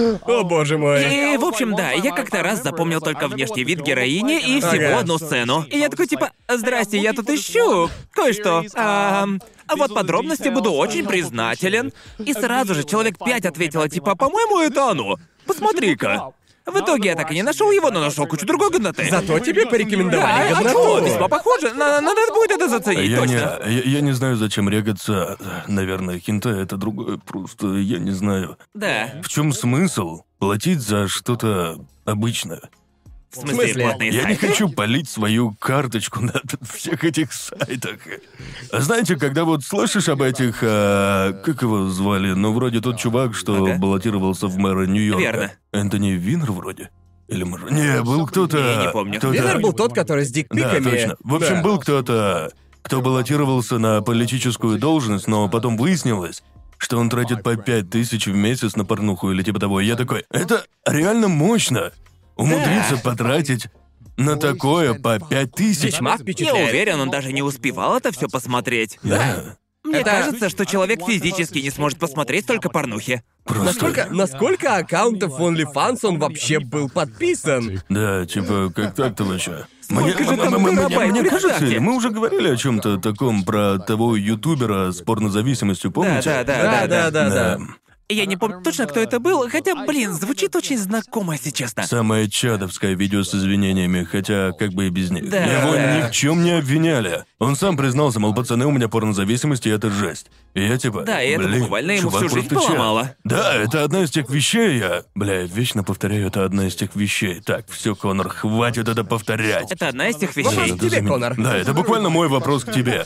О боже мой. И, в общем, да, я как-то раз запомнил только внешний вид героини и всего Ага. одну сцену. И я такой, типа, здрасте, я тут ищу кое-что. Ам, А вот подробности буду очень признателен. И сразу же человек пять ответило, типа, по-моему, это оно. Посмотри-ка. В итоге я так и не нашел его, но нашел кучу другой годноты. Зато тебе Да, порекомендовали а чё, годноту. весьма похоже. На- Надо будет это заценить, Я не, точно. я, я не знаю, зачем регаться. Наверное, хентай это другое, просто я не знаю. Да. В чем смысл платить за что-то обычное? В смысле, смысле? платные Я не сайты? хочу палить свою карточку на всех этих сайтах. А знаете, когда вот слышишь об этих, а, как его звали, ну вроде тот чувак, что Ага. баллотировался в мэра Нью-Йорка. Верно. Энтони Винер вроде? Или может... Не, был кто-то... Я не помню. кто-то- Винер был тот, который с Да, дикпиками. точно. В общем, Да. был кто-то, кто баллотировался на политическую должность, но потом выяснилось, что он тратит по пять тысяч в месяц на порнуху или типа того. И я такой, это реально мощно. Умудриться потратить на такое по пять тысяч. Весьма Я впечатляет. уверен, он даже не успевал это все посмотреть. Да. Мне Это- кажется, что человек физически не сможет посмотреть столько порнухи. Просто... Насколько, насколько аккаунтов OnlyFans он вообще был подписан? Да, типа, как так-то вообще? Сколько же там м- м- терабайт, мне, мне кажется, представьте. или мы уже говорили о чем-то таком про того ютубера с порнозависимостью, помните? Да, да, да, да, да. да. Я не помню точно, кто это был, хотя, блин, звучит очень знакомо, если честно. Самое чадовское видео с извинениями, хотя как бы и без них. Да. Его Да. ни в чем не обвиняли. Он сам признался, мол, пацаны, у меня порнозависимость, и это жесть. И я типа, Да, и это блин, буквально ему чувак всю жизнь просто чел. поломало. Да, это одна из тех вещей, я... Бля, я вечно повторяю, это одна из тех вещей. Так, все, Конор, хватит это повторять. Это одна из тех Вопрос вещей. к тебе, замен- Конор. Да, это буквально мой вопрос к тебе.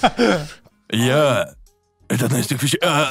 Я... Это одна из тех вещей... А,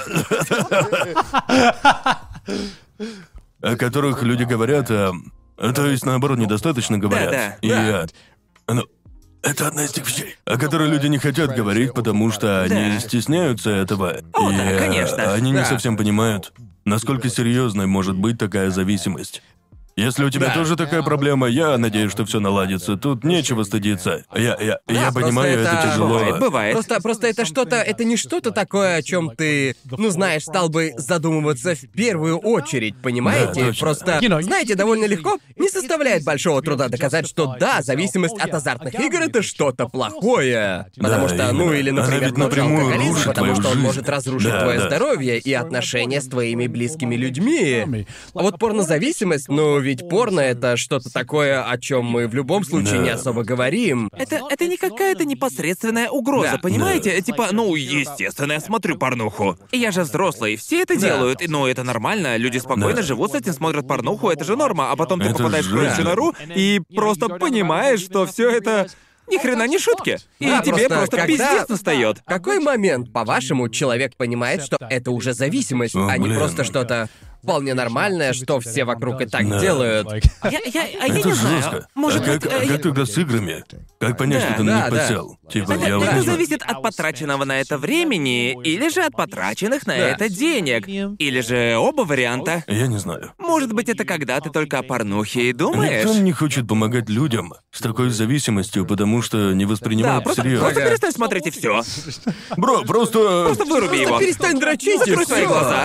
о которых люди говорят, а, то есть, наоборот, недостаточно говорят. Да, да, И да. я... Ну, это одна из тех вещей, о которых люди не хотят говорить, потому что они Да. стесняются этого. О, и да, э, конечно. они не Да. совсем понимают, насколько серьезной может быть такая зависимость. Если у тебя Да. тоже такая проблема, я надеюсь, что все наладится. Тут нечего стыдиться. Я, я, я просто понимаю, это, это- тяжело. Бывает, бывает. Просто, просто это что-то, это не что-то такое, о чем ты, ну знаешь, стал бы задумываться в первую очередь, понимаете? Да, точно. Просто, знаете, довольно легко, не составляет большого труда доказать, что да, зависимость от азартных игр это что-то плохое. Потому Да, что, ну именно. или, Она например, ведь тот же напрямую алкоголизм, рушит потому твою что он жизнь. может разрушить Да, твое да. здоровье и отношения с твоими близкими людьми. А вот порнозависимость, ну ведь порно это что-то такое, о чем мы в любом случае Да. не особо говорим. Это, это не какая-то непосредственная угроза, Да. понимаете? Типа, ну, естественно, я смотрю порнуху. И я же взрослый, все это Да. делают, и, ну, это нормально, люди спокойно Да. живут с этим, смотрят порнуху, это же норма, а потом ты Это попадаешь в жесть. кроличью нору и просто понимаешь, что все это ни хрена не шутки. И Да, тебе просто просто когда- пиздец настает. В какой момент, по-вашему, человек понимает, что это уже зависимость, О, а не блин. просто что-то вполне нормальное, что все вокруг и так Да. делают? Я, я, а я Это не знаю. жестко. Может а как, быть, а э, как я- тогда с играми? Как понять, Да, что ты да, на них да. подсел? Типа, Это, я уже это не знаю. зависит от потраченного на это времени, или же от потраченных на Да. это денег. Или же оба варианта. Я не знаю. Может быть, это когда ты только о порнухе и думаешь? Никто не хочет помогать людям с такой зависимостью, потому что не Да, воспринимают просто, всерьез. просто Ага. перестань смотреть и все. Бро, просто... Просто выруби его. Перестань дрочить и Закрой свои всё.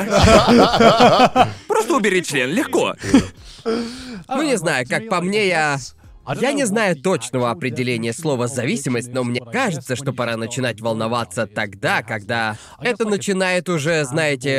глаза. Просто убери член, легко. Ну не знаю, как по мне, я... Я не знаю точного определения слова «зависимость», но мне кажется, что пора начинать волноваться тогда, когда это начинает уже, знаете,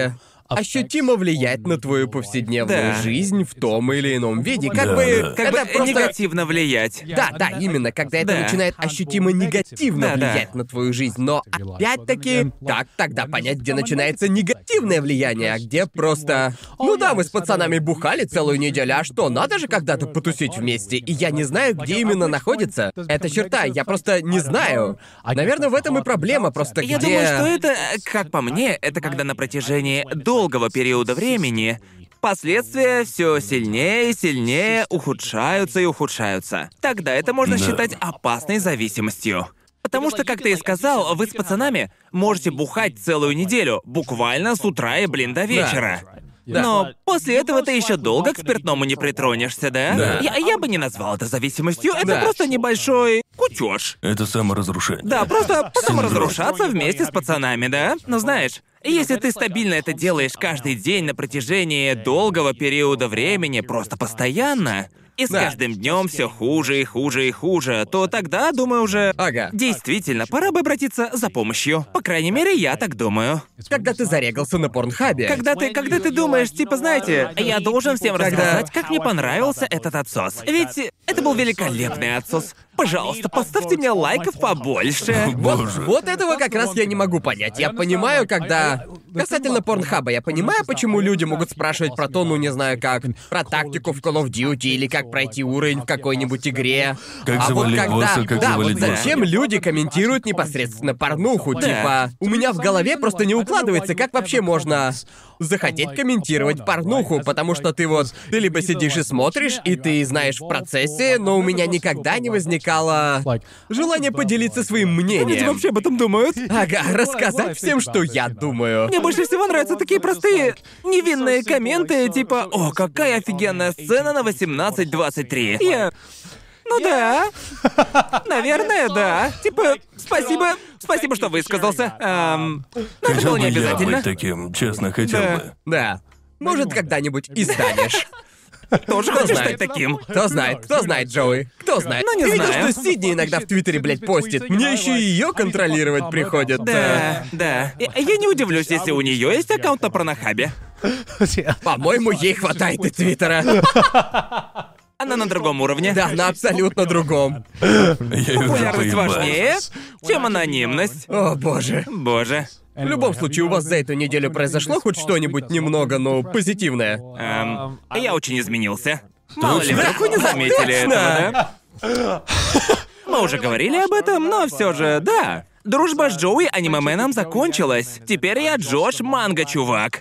ощутимо влиять на твою повседневную Да. жизнь в том или ином виде. Как Да, бы... да. Как это бы просто... негативно влиять. Да, да, именно, когда это Да. начинает ощутимо негативно Да, да. влиять на твою жизнь. Но опять-таки, как тогда понять, где начинается негативное влияние, а где просто... Ну да, мы с пацанами бухали целую неделю, а что, надо же когда-то потусить вместе, и я не знаю, где именно находится эта черта, я просто не знаю. Наверное, в этом и проблема, просто Я где... думаю, что это, как по мне, это когда на протяжении долгого периода времени последствия все сильнее и сильнее ухудшаются и ухудшаются. Тогда это можно Да. считать опасной зависимостью. Потому что, как ты и сказал, вы с пацанами можете бухать целую неделю, буквально с утра и, блин, до вечера. Да. Но после этого ты еще долго к спиртному не притронешься, да? Да. Я, я бы не назвал это зависимостью, это Да. просто небольшой кутеж. Это саморазрушение. Да, просто Синдром. саморазрушаться вместе с пацанами, да? Но знаешь, если ты стабильно это делаешь каждый день на протяжении долгого периода времени, просто постоянно, и с Да. каждым днем все хуже и хуже и хуже, то тогда, думаю, уже Ага. действительно пора бы обратиться за помощью. По крайней мере, я так думаю. Когда ты зарегался на Порнхабе. Когда ты, когда ты думаешь, типа, знаете, я должен всем Когда- рассказать, как мне понравился этот отсос. Ведь это был великолепный отсос. Пожалуйста, поставьте мне лайков побольше. Вот, Боже. вот этого как раз я не могу понять. Я понимаю, когда... Касательно Порнхаба, я понимаю, почему люди могут спрашивать про то, ну не знаю как, про тактику в Call of Duty или как пройти уровень в какой-нибудь игре. Как а вот завалить когда... босса, как да, завалить вот босса. зачем люди комментируют непосредственно порнуху? Да. Типа, у меня в голове просто не укладывается, как вообще можно захотеть комментировать порнуху, потому что ты вот, ты либо сидишь и смотришь, и ты знаешь в процессе, но у меня никогда не возникало желания поделиться своим Люди мнением. вообще об этом думают. Ага, рассказать всем, что я думаю. Мне больше всего нравятся такие простые, невинные комменты, типа «О, какая офигенная сцена на восемнадцать двадцать три». Я... Ну да. Наверное, да. Типа, спасибо, спасибо, что высказался. Эм, но это Хотел было не бы я обязательно. быть таким, честно, хотел Да. бы. Да. Может, когда-нибудь и станешь. Тоже Кто хочешь знает? стать таким? Кто знает, кто знает, Джоуи? Кто знает? Ну, не Ты видел, знаю. что Сидни иногда в Твиттере, блядь, постит? Мне еще и ее контролировать приходится. Да, да. Я, я не удивлюсь, если у нее есть аккаунт на Порнохабе. По-моему, ей хватает и Твиттера. Она на другом уровне. Да, на абсолютно другом. Я ее уже Популярность поебал. важнее, чем анонимность. О, боже. Боже. В любом случае, у вас за эту неделю произошло хоть что-нибудь немного, но позитивное? Эм, я очень изменился. Мало ли, Точно? вдруг вы не заметили Точно? этого, да? Мы уже говорили об этом, но все же, да. Дружба с Джоуи анимеменом закончилась. Теперь я Джош Манго-чувак.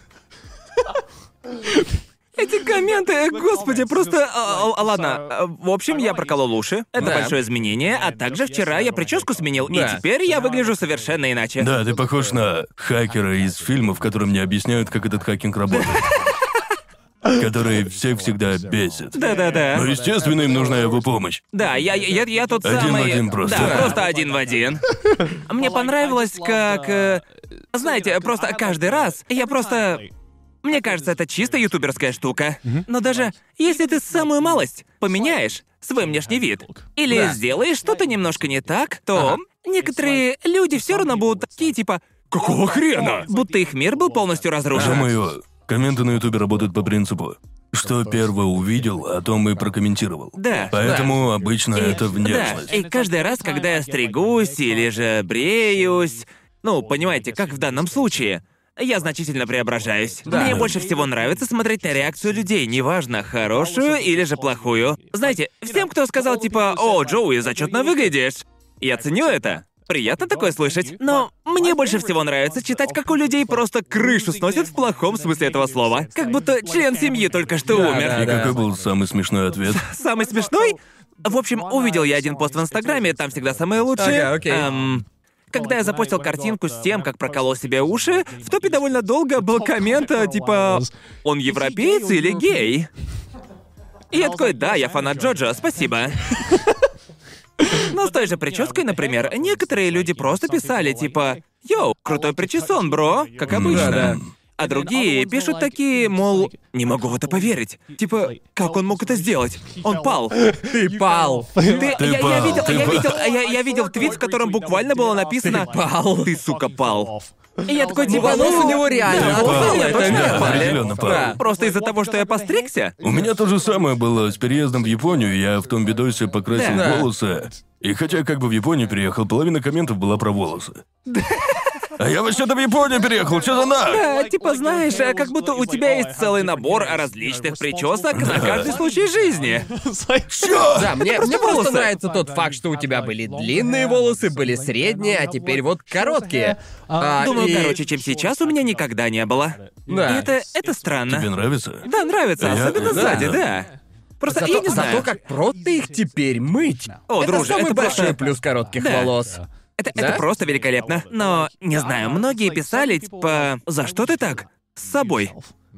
Эти комменты, господи, просто... а, а, ладно, а, в общем, я проколол уши. Это Да. большое изменение, а также вчера я прическу сменил, Да. и теперь я выгляжу совершенно иначе. Да, ты похож на хакера из фильмов, которым мне объясняют, как этот хакинг работает. Которые всех всегда бесит. Да-да-да. Но, естественно, им нужна его помощь. Да, я, я, я тот Один в самый... один просто. Да, Да. просто один в один. Мне понравилось, как... э, Знаете, просто каждый раз я просто... Мне кажется, это чисто ютуберская штука. Но даже если ты самую малость поменяешь свой внешний вид или Да. сделаешь что-то немножко не так, то некоторые люди все равно будут такие типа «Какого хрена?» Будто их мир был полностью разрушен. Думаю, комменты на ютубе работают по принципу, что первое увидел, о том и прокомментировал. Да. Поэтому обычно И- это Да, внешность. и каждый раз, когда я стригусь или же бреюсь, ну, понимаете, как в данном случае, я значительно преображаюсь. Да. Мне больше всего нравится смотреть на реакцию людей, неважно, хорошую или же плохую. Знаете, всем, кто сказал типа «О, Джоуи, зачетно выглядишь», я ценю это. Приятно такое слышать. Но мне больше всего нравится читать, как у людей просто крышу сносят в плохом смысле этого слова. Как будто член семьи только что Да, умер. да, И какой был самый смешной ответ? Самый смешной? В общем, увидел я один пост в Инстаграме, там всегда самые лучшие. Ага, окей. Эм, когда я запостил картинку с тем, как проколол себе уши, в топе довольно долго был коммент, э, типа «Он европеец или гей?» И я такой «Да, я фанат Джоджо, спасибо». Но с той же прической, например, некоторые люди просто писали, типа «Йоу, крутой причесон, бро», как обычно. Да-да. А другие пишут такие, мол, не могу в это поверить. Типа, как он мог это сделать? Он пал. Ты пал. Ты, Ты я, я пал, видел, ты я пал. видел, я, я видел твит, в котором буквально было написано Ты пал. «Ты, сука, пал». И я такой, типа, Волос ну... у него реально Да, отпали, волосы у меня это точно верно. отпали. Определенно пал. Да. Просто из-за того, что я постригся? У меня то же самое было с переездом в Японию. Я в том видосе покрасил Да. волосы. И хотя как бы в Японию переехал, половина комментов была про волосы. А я вообще-то в Японию переехал, что за на? Да, типа, знаешь, а как будто у тебя есть целый набор различных причесок на каждый случай жизни. Чё? Да, мне, Просто мне просто волосы. нравится тот факт, что у тебя были длинные волосы, были средние, а теперь вот короткие. А, Думаю, и- короче, чем сейчас у меня никогда не было. Да. И это, это странно. Тебе нравится? Да, нравится, Я- особенно да. сзади, да. Просто Зато, я не знаю. зато как просто их теперь мыть. О, это друже, самый это большой просто- плюс коротких Да. волос. Это, Да? это просто великолепно. Но, не знаю, многие писали, типа, за что ты так? С собой.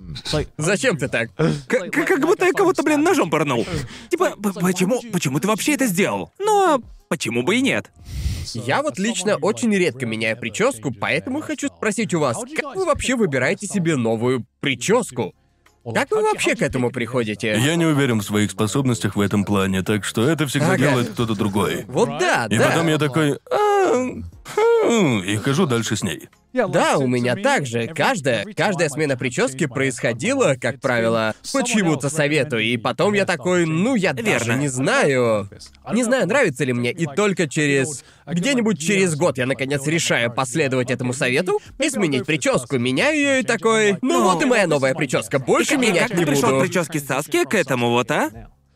Зачем ты так? К- к- как будто я кого-то, блин, ножом пырнул. Типа, п- почему, почему ты вообще это сделал? Ну, а почему бы и нет? Я вот лично очень редко меняю прическу, поэтому хочу спросить у вас, как вы вообще выбираете себе новую прическу? Как вы вообще к этому приходите? Я не уверен в своих способностях в этом плане, так что это всегда Ага. делает кто-то другой. Вот да, И да. потом я такой... «А, хм», и хожу дальше с ней. Да, у меня также. Каждая, каждая смена прически происходила, как правило, по чьему-то совету. И потом я такой, ну, я даже Верно. не знаю. Не знаю, нравится ли мне. И только через... Где-нибудь через год я, наконец, решаю последовать этому совету и сменить прическу. Меняю ее и такой... Ну, вот и моя новая прическа. Больше И менять как не ты пришел буду. к прическе Саски к этому вот, а?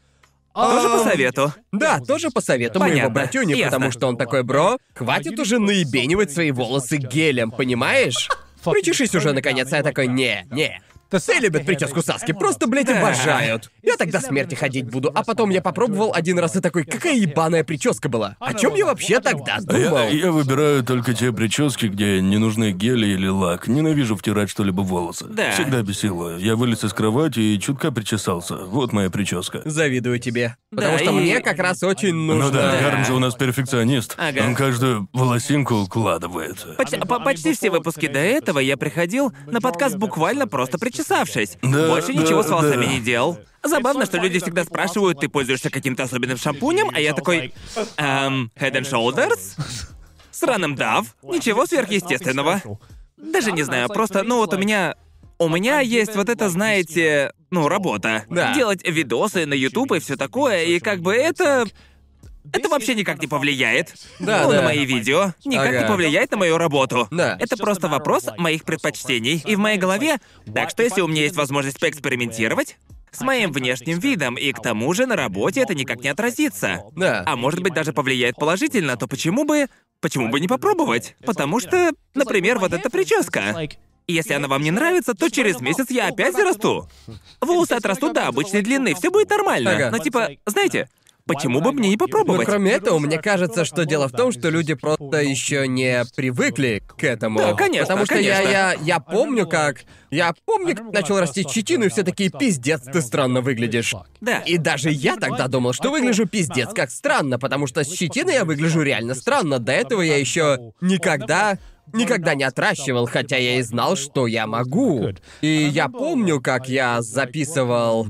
Тоже по совету. Да, тоже по совету моего Понятно. братюни, Ясно. потому что он такой, бро, хватит уже наебенивать свои волосы гелем, понимаешь? Причешись уже наконец, а я такой, не, не. Все любят прическу Саски, просто, блядь, Да. обожают. Я тогда смерти ходить буду, а потом я попробовал один раз и такой, какая ебаная прическа была. О чем я вообще тогда А думал? Я, я выбираю только те прически, где не нужны гели или лак. Ненавижу втирать что-либо в волосы. Да. Всегда бесило. Я вылез из кровати и чутка причесался. Вот моя прическа. Завидую тебе. Потому Да, что и- мне как раз очень нужно... Ну да, Да. Гарн же у нас перфекционист. Ага. Он каждую волосинку укладывает. Почти, по- почти все выпуски до этого я приходил на подкаст буквально просто причесавшись. Да, Больше да, ничего с волосами да. не делал. Забавно, что люди всегда спрашивают, ты пользуешься каким-то особенным шампунем, а я такой, эм, Head and Shoulders? Сраным Дав? Ничего сверхъестественного. Даже не знаю, просто, ну вот у меня... У меня есть вот это, знаете, ну, работа. Да. Делать видосы на YouTube и все такое, и как бы это... Это вообще никак не повлияет. Да, ну, да. на мои видео. Никак Ага. не повлияет на мою работу. Да. Это просто вопрос моих предпочтений. И в моей голове. Так что если у меня есть возможность поэкспериментировать с моим внешним видом, и к тому же на работе это никак не отразится. Да. А может быть, даже повлияет положительно, то почему бы. Почему бы не попробовать? Потому что, например, вот эта прическа. И если она вам не нравится, то через месяц я опять зарасту. Волосы отрастут до обычной длины, все будет нормально. Ага. Но типа, знаете, почему бы мне не Но попробовать? кроме этого, мне кажется, что дело в том, что люди просто еще не привыкли к этому. Да, конечно, Потому что я, конечно. я, я помню, как. Я помню, как начал расти щетину, и все такие, пиздец, ты странно выглядишь. Да. И даже я тогда думал, что выгляжу пиздец как странно, потому что с щетиной я выгляжу реально странно. До этого я еще никогда. Никогда не отращивал, хотя я и знал, что я могу. И я помню, как я записывал.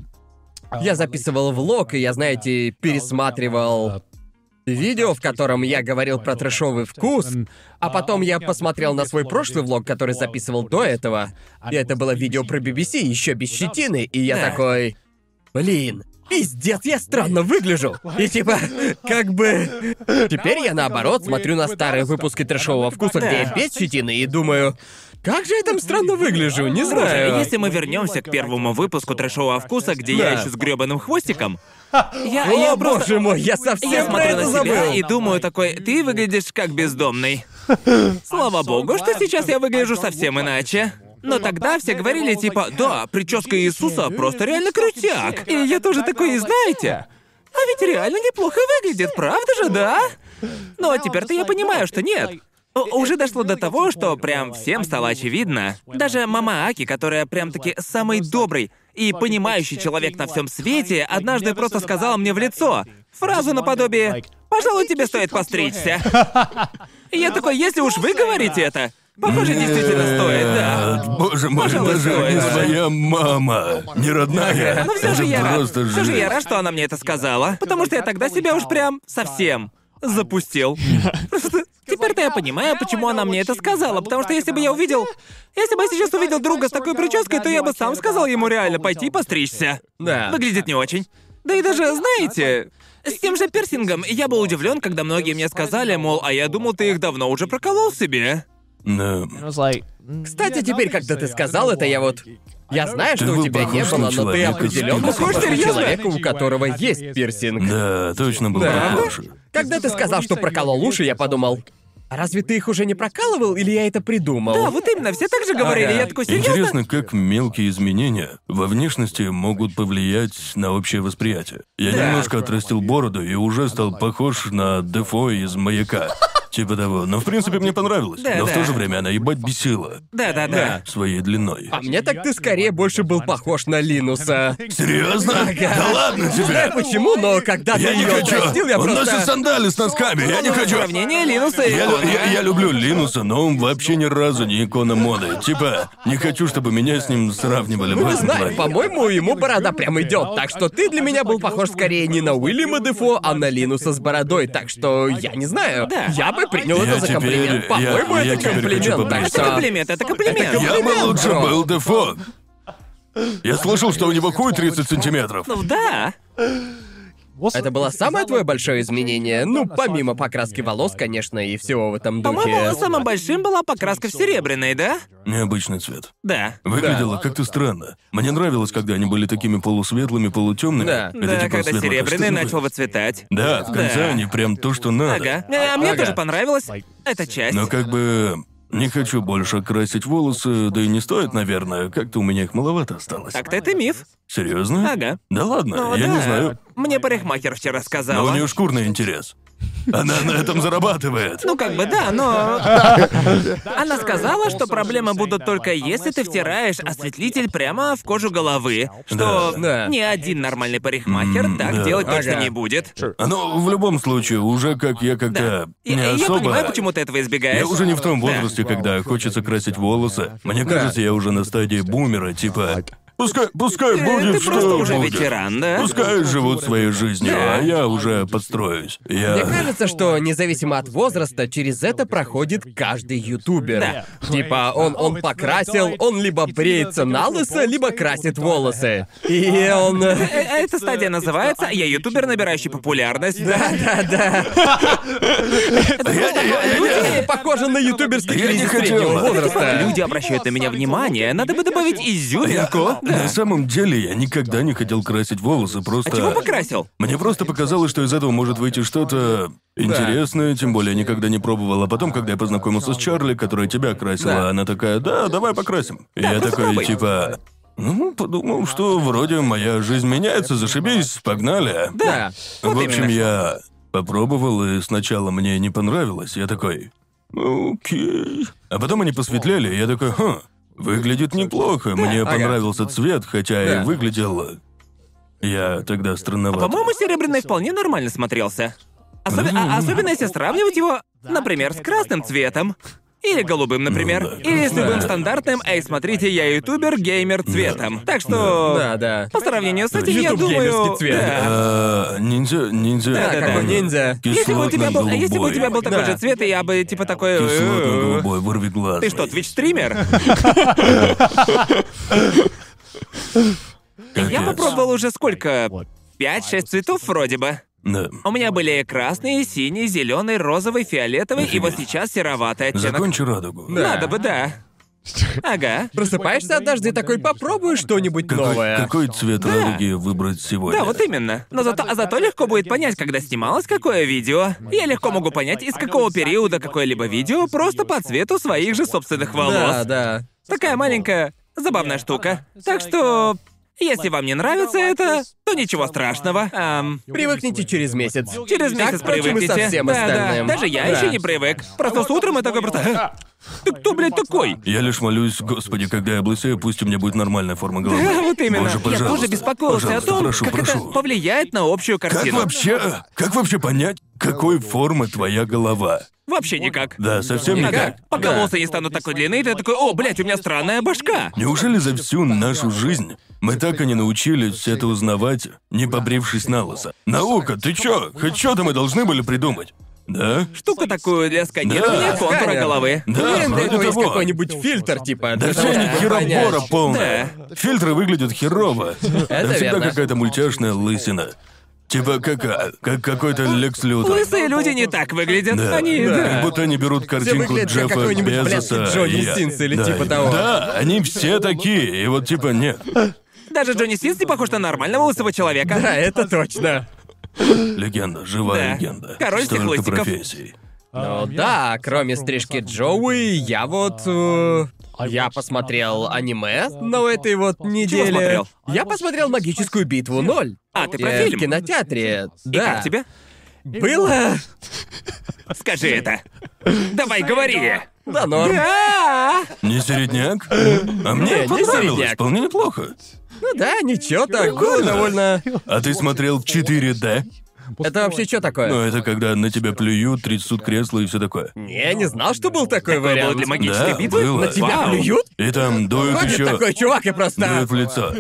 Я записывал влог, и я, знаете, пересматривал видео, в котором я говорил про трэшовый вкус, а потом я посмотрел на свой прошлый влог, который записывал до этого, и это было видео про би би си, еще без щетины, и я Да. такой, блин, пиздец, я странно выгляжу. И типа, как бы... Теперь я наоборот смотрю на старые выпуски трэшового вкуса, где я без щетины, и думаю, как же я там странно выгляжу, не Слушай, знаю. если мы вернемся к первому выпуску трэшового вкуса, где я Да. еще с грёбаным хвостиком, я, О, я просто... боже мой, я совсем Я про смотрю это на себя забыл. и думаю такой, ты выглядишь как бездомный. Слава богу, что сейчас я выгляжу совсем иначе. Но тогда все говорили типа, да, прическа Иисуса просто реально крутяк. И я тоже такой, и знаете, а ведь реально неплохо выглядит, правда же, да? Ну а теперь-то я понимаю, что нет. У- Уже дошло до того, что прям всем стало очевидно. Даже мама Аки, которая прям-таки самый добрый и понимающий человек на всем свете, однажды просто сказала мне в лицо фразу наподобие «Пожалуй, тебе стоит постричься». И я такой, если уж вы говорите это, похоже, действительно стоит, да. Нет, боже мой, Пожалуй, даже стоит, не да. своя мама, не родная. Но все Это же я рад. просто Все же я жесть. рад, что она мне это сказала. Потому что я тогда себя уж прям совсем запустил. Просто Теперь-то я понимаю, почему она мне это сказала, потому что если бы я увидел... Если бы я сейчас увидел друга с такой прической, то я бы сам сказал ему реально пойти постричься. Да. Выглядит не очень. Да и даже, знаете, с тем же пирсингом я был удивлен, когда многие мне сказали, мол, а я думал, ты их давно уже проколол себе. Да. Кстати, теперь, когда ты сказал это, я вот... Я знаю, Ты что у был тебя не похож на было, но ты человека с определенно пирсингом. похож на Серьезно? человека, у которого есть пирсинг. Да, точно был Да. похож. Когда ты сказал, что проколол уши, я подумал, а разве ты их уже не прокалывал, или я это придумал? Да, вот именно, все так же говорили, Ага. я такой, серьезно? Интересно, как мелкие изменения во внешности могут повлиять на общее восприятие. Я Да. немножко отрастил бороду и уже стал похож на Дефо из «Маяка». Типа того. Но в принципе мне понравилось. Да, Но в да. то же время она ебать бесила Да-да-да. своей длиной. А мне так ты скорее больше был похож на Линуса. Серьезно? Да ладно Не знаю тебе! почему, но когда Я ты не её хочу! отрастил, я Он просто... носит сандали с носками, я не хочу! Сравнение Линуса и Я, лю- Икона. я- я люблю Линуса, но он вообще ни разу не икона моды. Типа, не хочу, чтобы меня с ним сравнивали в Ну, не этом знаю, плане. по-моему, ему борода прям идет, так что ты для меня был похож скорее не на Уильяма Дефо, а на Линуса с бородой, так что я не знаю. Да. Я бы принял Я это за теперь- комплимент. По-моему, я- я это теперь хочу комплимент, так побриться. Это что... комплимент, это комплимент. Я бы лучше бро. был Дефо. Я слышал, что у него хуй тридцать сантиметров. Ну да. Это было самое твое большое изменение? Ну, помимо покраски волос, конечно, и всего в этом духе. По-моему, самым большим была покраска в серебряный, да? Необычный цвет. Да. Выглядело как-то странно. Мне нравилось, когда они были такими полусветлыми, полутемными. Да. Это Да, типа когда светло- серебряный что-то- начал выцветать. Да, в конце Да. они прям то, что надо. Ага. А мне Ага. тоже понравилась эта часть. Но как бы не хочу больше красить волосы, да и не стоит, наверное. Как-то у меня их маловато осталось. Так-то это миф. Серьезно? Ага. Да ладно, Ну я да. не знаю. Мне парикмахер вчера Но сказала. у нее шкурный интерес. Она на этом зарабатывает. Ну, как бы да, но... Она сказала, что проблемы будут только если ты втираешь осветлитель прямо в кожу головы. Что Да. ни один нормальный парикмахер М, так да. делать точно Ага. не будет. Но в любом случае, уже как я Да. как-то Я, не я особо... понимаю, почему ты этого избегаешь. Я уже не в том Да. возрасте, когда хочется красить волосы. Мне кажется, я уже на стадии бумера, типа... Пускай, пускай Э, будет, Ты что просто уже будет. ветеран, да? Пускай живут своей жизнью, Да. а я уже подстроюсь. Я... Мне кажется, что независимо от возраста, через это проходит каждый ютубер. Да. Типа, он, он покрасил, он либо бреется на лысо, либо красит волосы. И он... Э, э, Эта стадия называется «Я ютубер, набирающий популярность». Да-да-да. Люди похожи на ютуберский Я не кризис хотел. среднего Это возраста. Люди обращают на меня внимание, надо бы добавить изюминку. На самом деле, я никогда не хотел красить волосы, просто... А чего покрасил? Мне просто показалось, что из этого может выйти что-то интересное, тем более никогда не пробовал. А потом, когда я познакомился с Чарли, которая тебя красила, Да. она такая, да, давай покрасим. И я просто такой, пробуй. типа... Ну, подумал, что вроде моя жизнь меняется, зашибись, погнали. Да. В Вот общем, именно. я попробовал, и сначала мне не понравилось. Я такой, окей. А потом они посветлели, и я такой, хм, выглядит неплохо. Мне ага. понравился цвет, хотя Да. и выглядел... Я тогда странновато. По-моему, серебряный вполне нормально смотрелся. Особи- а- особенно если сравнивать его, например, с красным цветом. Или голубым, например. Ну да. Или с любым Да. стандартным «Эй, смотрите, я ютубер, геймер» цветом. Так что... Да, да. По сравнению с этим, я Ютуб думаю... геймерский цвет. да. А, ниндзя, ниндзя. Да, да, как он да. ниндзя. Если бы у тебя был, если бы у тебя был такой Да. же цвет, и я бы типа такой... «Э, Кислотно-голубой, вырви глаз. Ты что, твич-стример? Я попробовал уже сколько? Пять-шесть цветов вроде бы. Да. У меня были красный, синий, зеленый, розовый, фиолетовый, и вот сейчас сероватый оттенок. Закончи радугу. Да. Надо бы, да. Ага. Просыпаешься однажды и такой, попробуй что-нибудь Какой, новое. какой цвет радуги выбрать сегодня? Да, вот именно. Но зато, а зато легко будет понять, когда снималось какое видео. Я легко могу понять, из какого периода какое-либо видео, просто по цвету своих же собственных волос. Да, да. Такая маленькая, забавная штука. Так что, если вам не нравится это, то ничего страшного. Ам, Привыкните через месяц. через месяц Как, впрочем, и привыкните. со всем Да, да. остальным. Даже я Да. еще не привык. Просто с утром и такой просто... «А, ты кто, блядь, такой? Я лишь молюсь, господи, когда я облысею, пусть у меня будет нормальная форма головы. Да, вот именно. Боже, Я пожалуйста, тоже беспокоился пожалуйста, о том, прошу, как прошу. это повлияет на общую Как картину. вообще, как вообще понять, какой формы твоя голова? Вообще никак. Да, совсем Ага. никак. Пока Да. волосы не станут такой длины, ты такой, о, блядь, у меня странная башка. Неужели за всю нашу жизнь мы так и не научились это узнавать, не побрившись на лысо? Наука, ты чё? Хоть что-то мы должны были придумать. Да? Штуку такую для сканирования Да. контура Сканер. головы. Да, Блин, для вроде этого есть того. какой-нибудь фильтр, типа. Да для все того, они чтобы херобора понять. полная. Фильтры выглядят херово. Это всегда верно. какая-то мультяшная лысина. Типа как, а, как какой-то Лекс Лютер. Лысые люди не так выглядят. Да. Они, Да. да. Как будто они берут картинку выглядят как Джеффа какой-нибудь Безоса. блядский Джонни и я- Синс или да, типа того. Да, они все такие, и вот типа нет. Даже Джонни Синс не похож на нормального лысого человека. Да, это точно. Легенда, живая Да. легенда. Король всех Столько лысиков. профессий. Ну да, кроме стрижки Джоуи, я вот... э, Я посмотрел аниме на этой вот неделе. смотрел? Я посмотрел «Магическую битву ноль». А, ты про Э, фильм? В кинотеатре. И Да. как тебе? Было... Скажи это. Давай, говори. Да, норм. Да! Не середняк? А мне Не, не понравилось, середняк. вполне неплохо. Ну да, ничего так, было Прикольно. довольно... А ты смотрел в четыре дэ? Это вообще что такое? Ну, это когда на тебя плюют, трясут кресла и все такое. Не, не знал, что был такой Такое было вариант. для магической Да, битвы? было. На тебя Вау. плюют? И там дуют Ходит еще. такой чувак и просто... Дуют в лицо.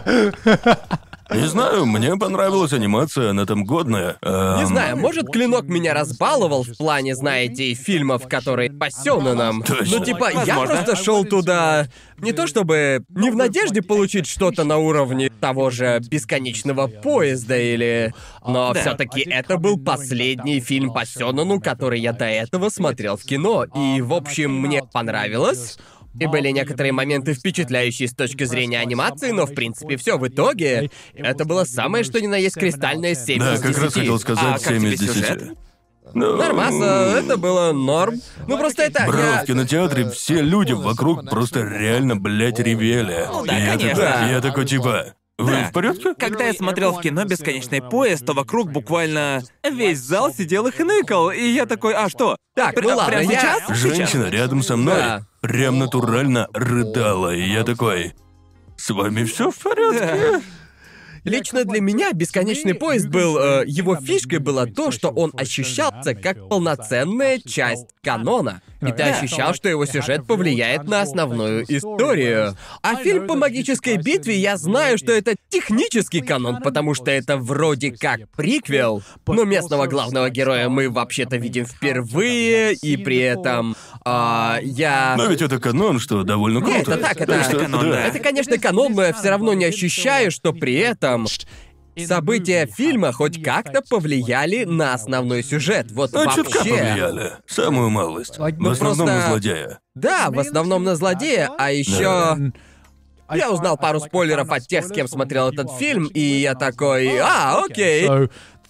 Не знаю, мне понравилась анимация, она там годная. Не Ам, знаю, может, Клинок меня разбаловал в плане, знаете, фильмов, которые по сёнэнам. Точно. Ну, типа, я Возможно. просто шел туда не то чтобы не в надежде получить что-то на уровне того же бесконечного поезда или. Но Да. все-таки это был последний фильм по сёнэну, который я до этого смотрел в кино. И, в общем, мне понравилось. И были некоторые моменты впечатляющие с точки зрения анимации, но в принципе все в итоге это было самое что ни на есть кристальное семь Да, из как раз десяти. хотел А сказать как семь тебе из десяти. сюжет? Ну, Нормально, это было норм. Ну просто это Бро, я... в кинотеатре все люди вокруг просто реально, блядь, ревели. Ну да, И я конечно. такой, я такой типа, вы Да. в порядке? Когда я смотрел в кино «Бесконечный поезд», то вокруг буквально весь зал сидел и хныкал, и я такой, а что? Так, Пр- ну ладно, прямо я- сейчас? Женщина рядом со мной Да. прям натурально рыдала, и я такой, с вами все в порядке? Лично для меня «Бесконечный поезд» был... э, его фишкой было то, что он ощущался как полноценная часть канона. И ты ощущал, что его сюжет повлияет на основную историю. А фильм по магической битве, я знаю, что это технический канон, потому что это вроде как приквел, но местного главного героя мы вообще-то видим впервые, и при этом... а, я... Но ведь это канон, что довольно Не, круто. это так, это- что, Это канон, да. Это, конечно, канон, но я все равно не ощущаю, что при этом события фильма хоть как-то повлияли на основной сюжет. Вот Ну, чутка вообще. повлияли. Самую малость. В Ну, основном на просто- злодея. Да, в основном на злодея, а еще. Я узнал пару спойлеров от тех, с кем смотрел этот фильм, и я такой, а, окей. Я,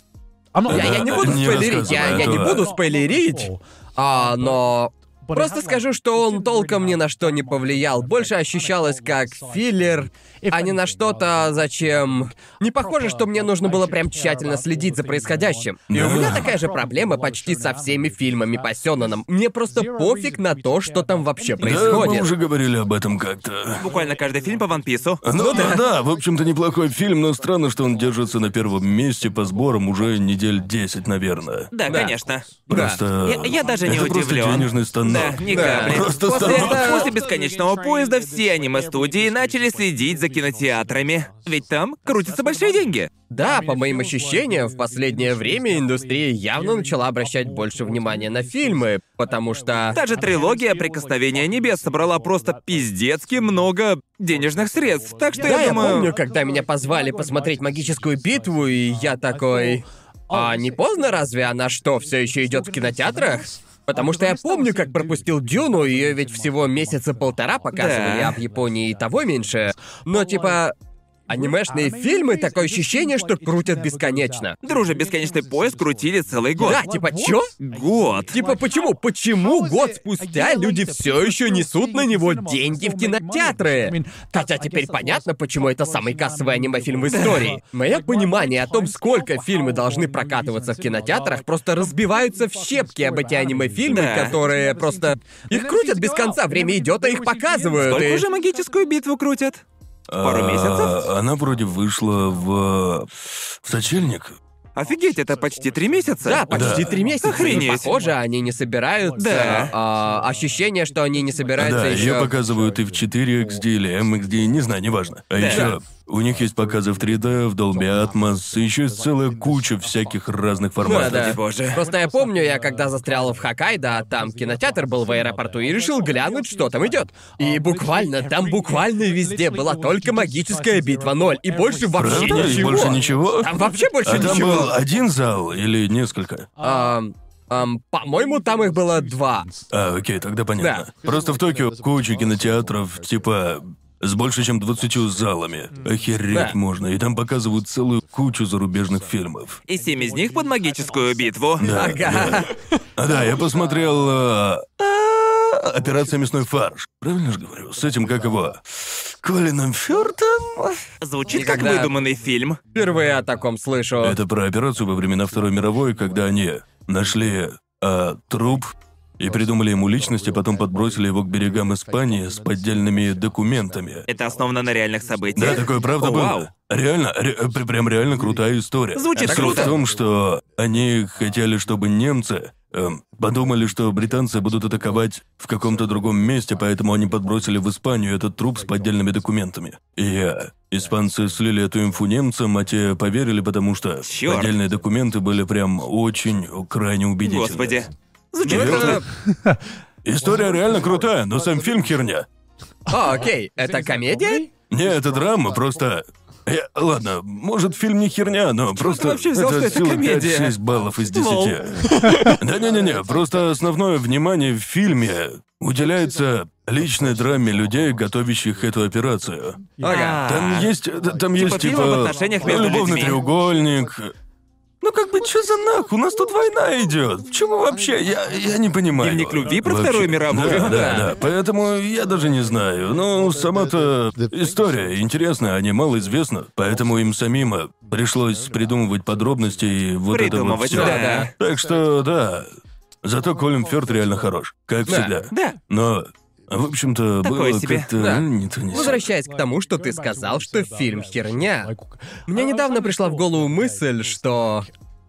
я не Да, буду не спойлерить, я, я не рассказывай, буду да. спойлерить. А, но. Просто скажу, что он толком ни на что не повлиял. Больше ощущалось как филлер, а не на что-то, зачем... Не похоже, что мне нужно было прям тщательно следить за происходящим. И у Да. меня такая же проблема почти со всеми фильмами по сёнэнам. Мне просто пофиг на то, что там вообще Да, мы происходит. уже говорили об этом как-то. Буквально каждый фильм по Ван Пису. Ну да, да, в общем-то неплохой фильм, но странно, что он держится на первом месте по сборам уже недель десять, наверное. Да, Да. конечно. Просто... Я, я даже не это просто удивлен. денежный станок. Да, ни Да. капли. Просто после, станок. после бесконечного поезда все аниме-студии начали следить за кинотеатрами. Ведь там крутятся большие деньги. Да, по моим ощущениям, в последнее время индустрия явно начала обращать больше внимания на фильмы, потому что... Та же трилогия «Прикосновение небес» собрала просто пиздецки много денежных средств. Так что Да, я я думаю... помню, когда меня позвали посмотреть «Магическую битву», и я такой... А не поздно разве она что, все еще идет в кинотеатрах? Потому что я помню, как пропустил Дюну, ее ведь всего месяца полтора показывали, Да. а в Японии и того меньше. Но типа... Анимешные фильмы, такое ощущение, что крутят бесконечно. Друже, «Бесконечный поезд» крутили целый год. Да, типа, чё? Год. Типа, почему? Почему год спустя люди все еще несут на него деньги в кинотеатры? Хотя теперь понятно, почему это самый кассовый аниме-фильм в истории. Мое понимание о том, сколько фильмы должны прокатываться в кинотеатрах, просто разбиваются в щепки об эти аниме-фильмы, Да. которые просто... Их крутят без конца, время идет, а их показывают. Сколько и- уже «Магическую битву» крутят? Пару А, месяцев? Она вроде вышла в... в сочельник. Офигеть, это почти три месяца. Да, почти Да. три месяца. И, Охренеть. похоже, они не собираются. Да. а, ощущение, что они не собираются Да, еще. ее показывают и в четыре икс ди или эм икс ди, не знаю, неважно. А Да. еще У них есть показы в три дэ, в Dolby Atmos, и еще есть целая куча всяких разных форматов. Да, да. Боже. Просто я помню, я когда застрял в Хоккайдо, там кинотеатр был в аэропорту, и решил глянуть, что там идет. И буквально, там буквально везде была только магическая битва ноль, и больше вообще Правда? И ничего. больше ничего? Там вообще больше А там ничего. был один зал или несколько? Ам, ам, по-моему, там их было два. А, окей, тогда понятно. Просто в Токио куча кинотеатров, типа, с больше чем двадцатью залами. Охереть Да. можно, и там показывают целую кучу зарубежных фильмов. И семь из них под магическую битву. Да, Ага. да. А, да, я посмотрел... а, а, Операция «Мясной фарш». Правильно же говорю? С этим, как его... Колином Фёртом? Звучит Никогда. как выдуманный фильм. Впервые о таком слышу. Это про операцию во времена Второй мировой, когда они нашли а, труп и придумали ему личность, и потом подбросили его к берегам Испании с поддельными документами. Это основано на реальных событиях. Да, такое правда О, было. вау. Реально, ре- пр- прям реально крутая история. Звучит Суть круто. в том, что они хотели, чтобы немцы эм, подумали, что британцы будут атаковать в каком-то другом месте, поэтому они подбросили в Испанию этот труп с поддельными документами. И э, испанцы слили эту инфу немцам, а те поверили, потому что Чёрт. поддельные документы были прям очень крайне убедительны. Господи. Ну, это- История реально крутая, но сам фильм херня. О, окей, это комедия? Не, это драма, просто... Я- ладно, может, фильм не херня, но просто... вообще взял, что это сила комедия? пять-шесть баллов из Лол. десяти. Да-не-не-не, просто основное внимание в фильме уделяется личной драме людей, готовящих эту операцию. Ага. Там есть... Там Типа есть, фильм типа... об отношениях между любовный людьми. треугольник... Ну как бы, что за нах? У нас тут война идет. Чего вообще? Я, я не понимаю. Дневник любви про Вообще. Вторую мировую? Да, да, да. Поэтому я даже не знаю. Ну, сама-то история интересная, а не мало известна. Поэтому им самим э, пришлось придумывать подробности и вот это вот Придумывать, всё. да, да. Так что, да. Зато Колин Фёрд реально хорош. Как Да. всегда. Да. Но, в общем-то, Такое было себе. как-то... Да. не то не сё. Возвращаясь к тому, что ты сказал, что фильм херня. Мне недавно пришла в голову мысль, что...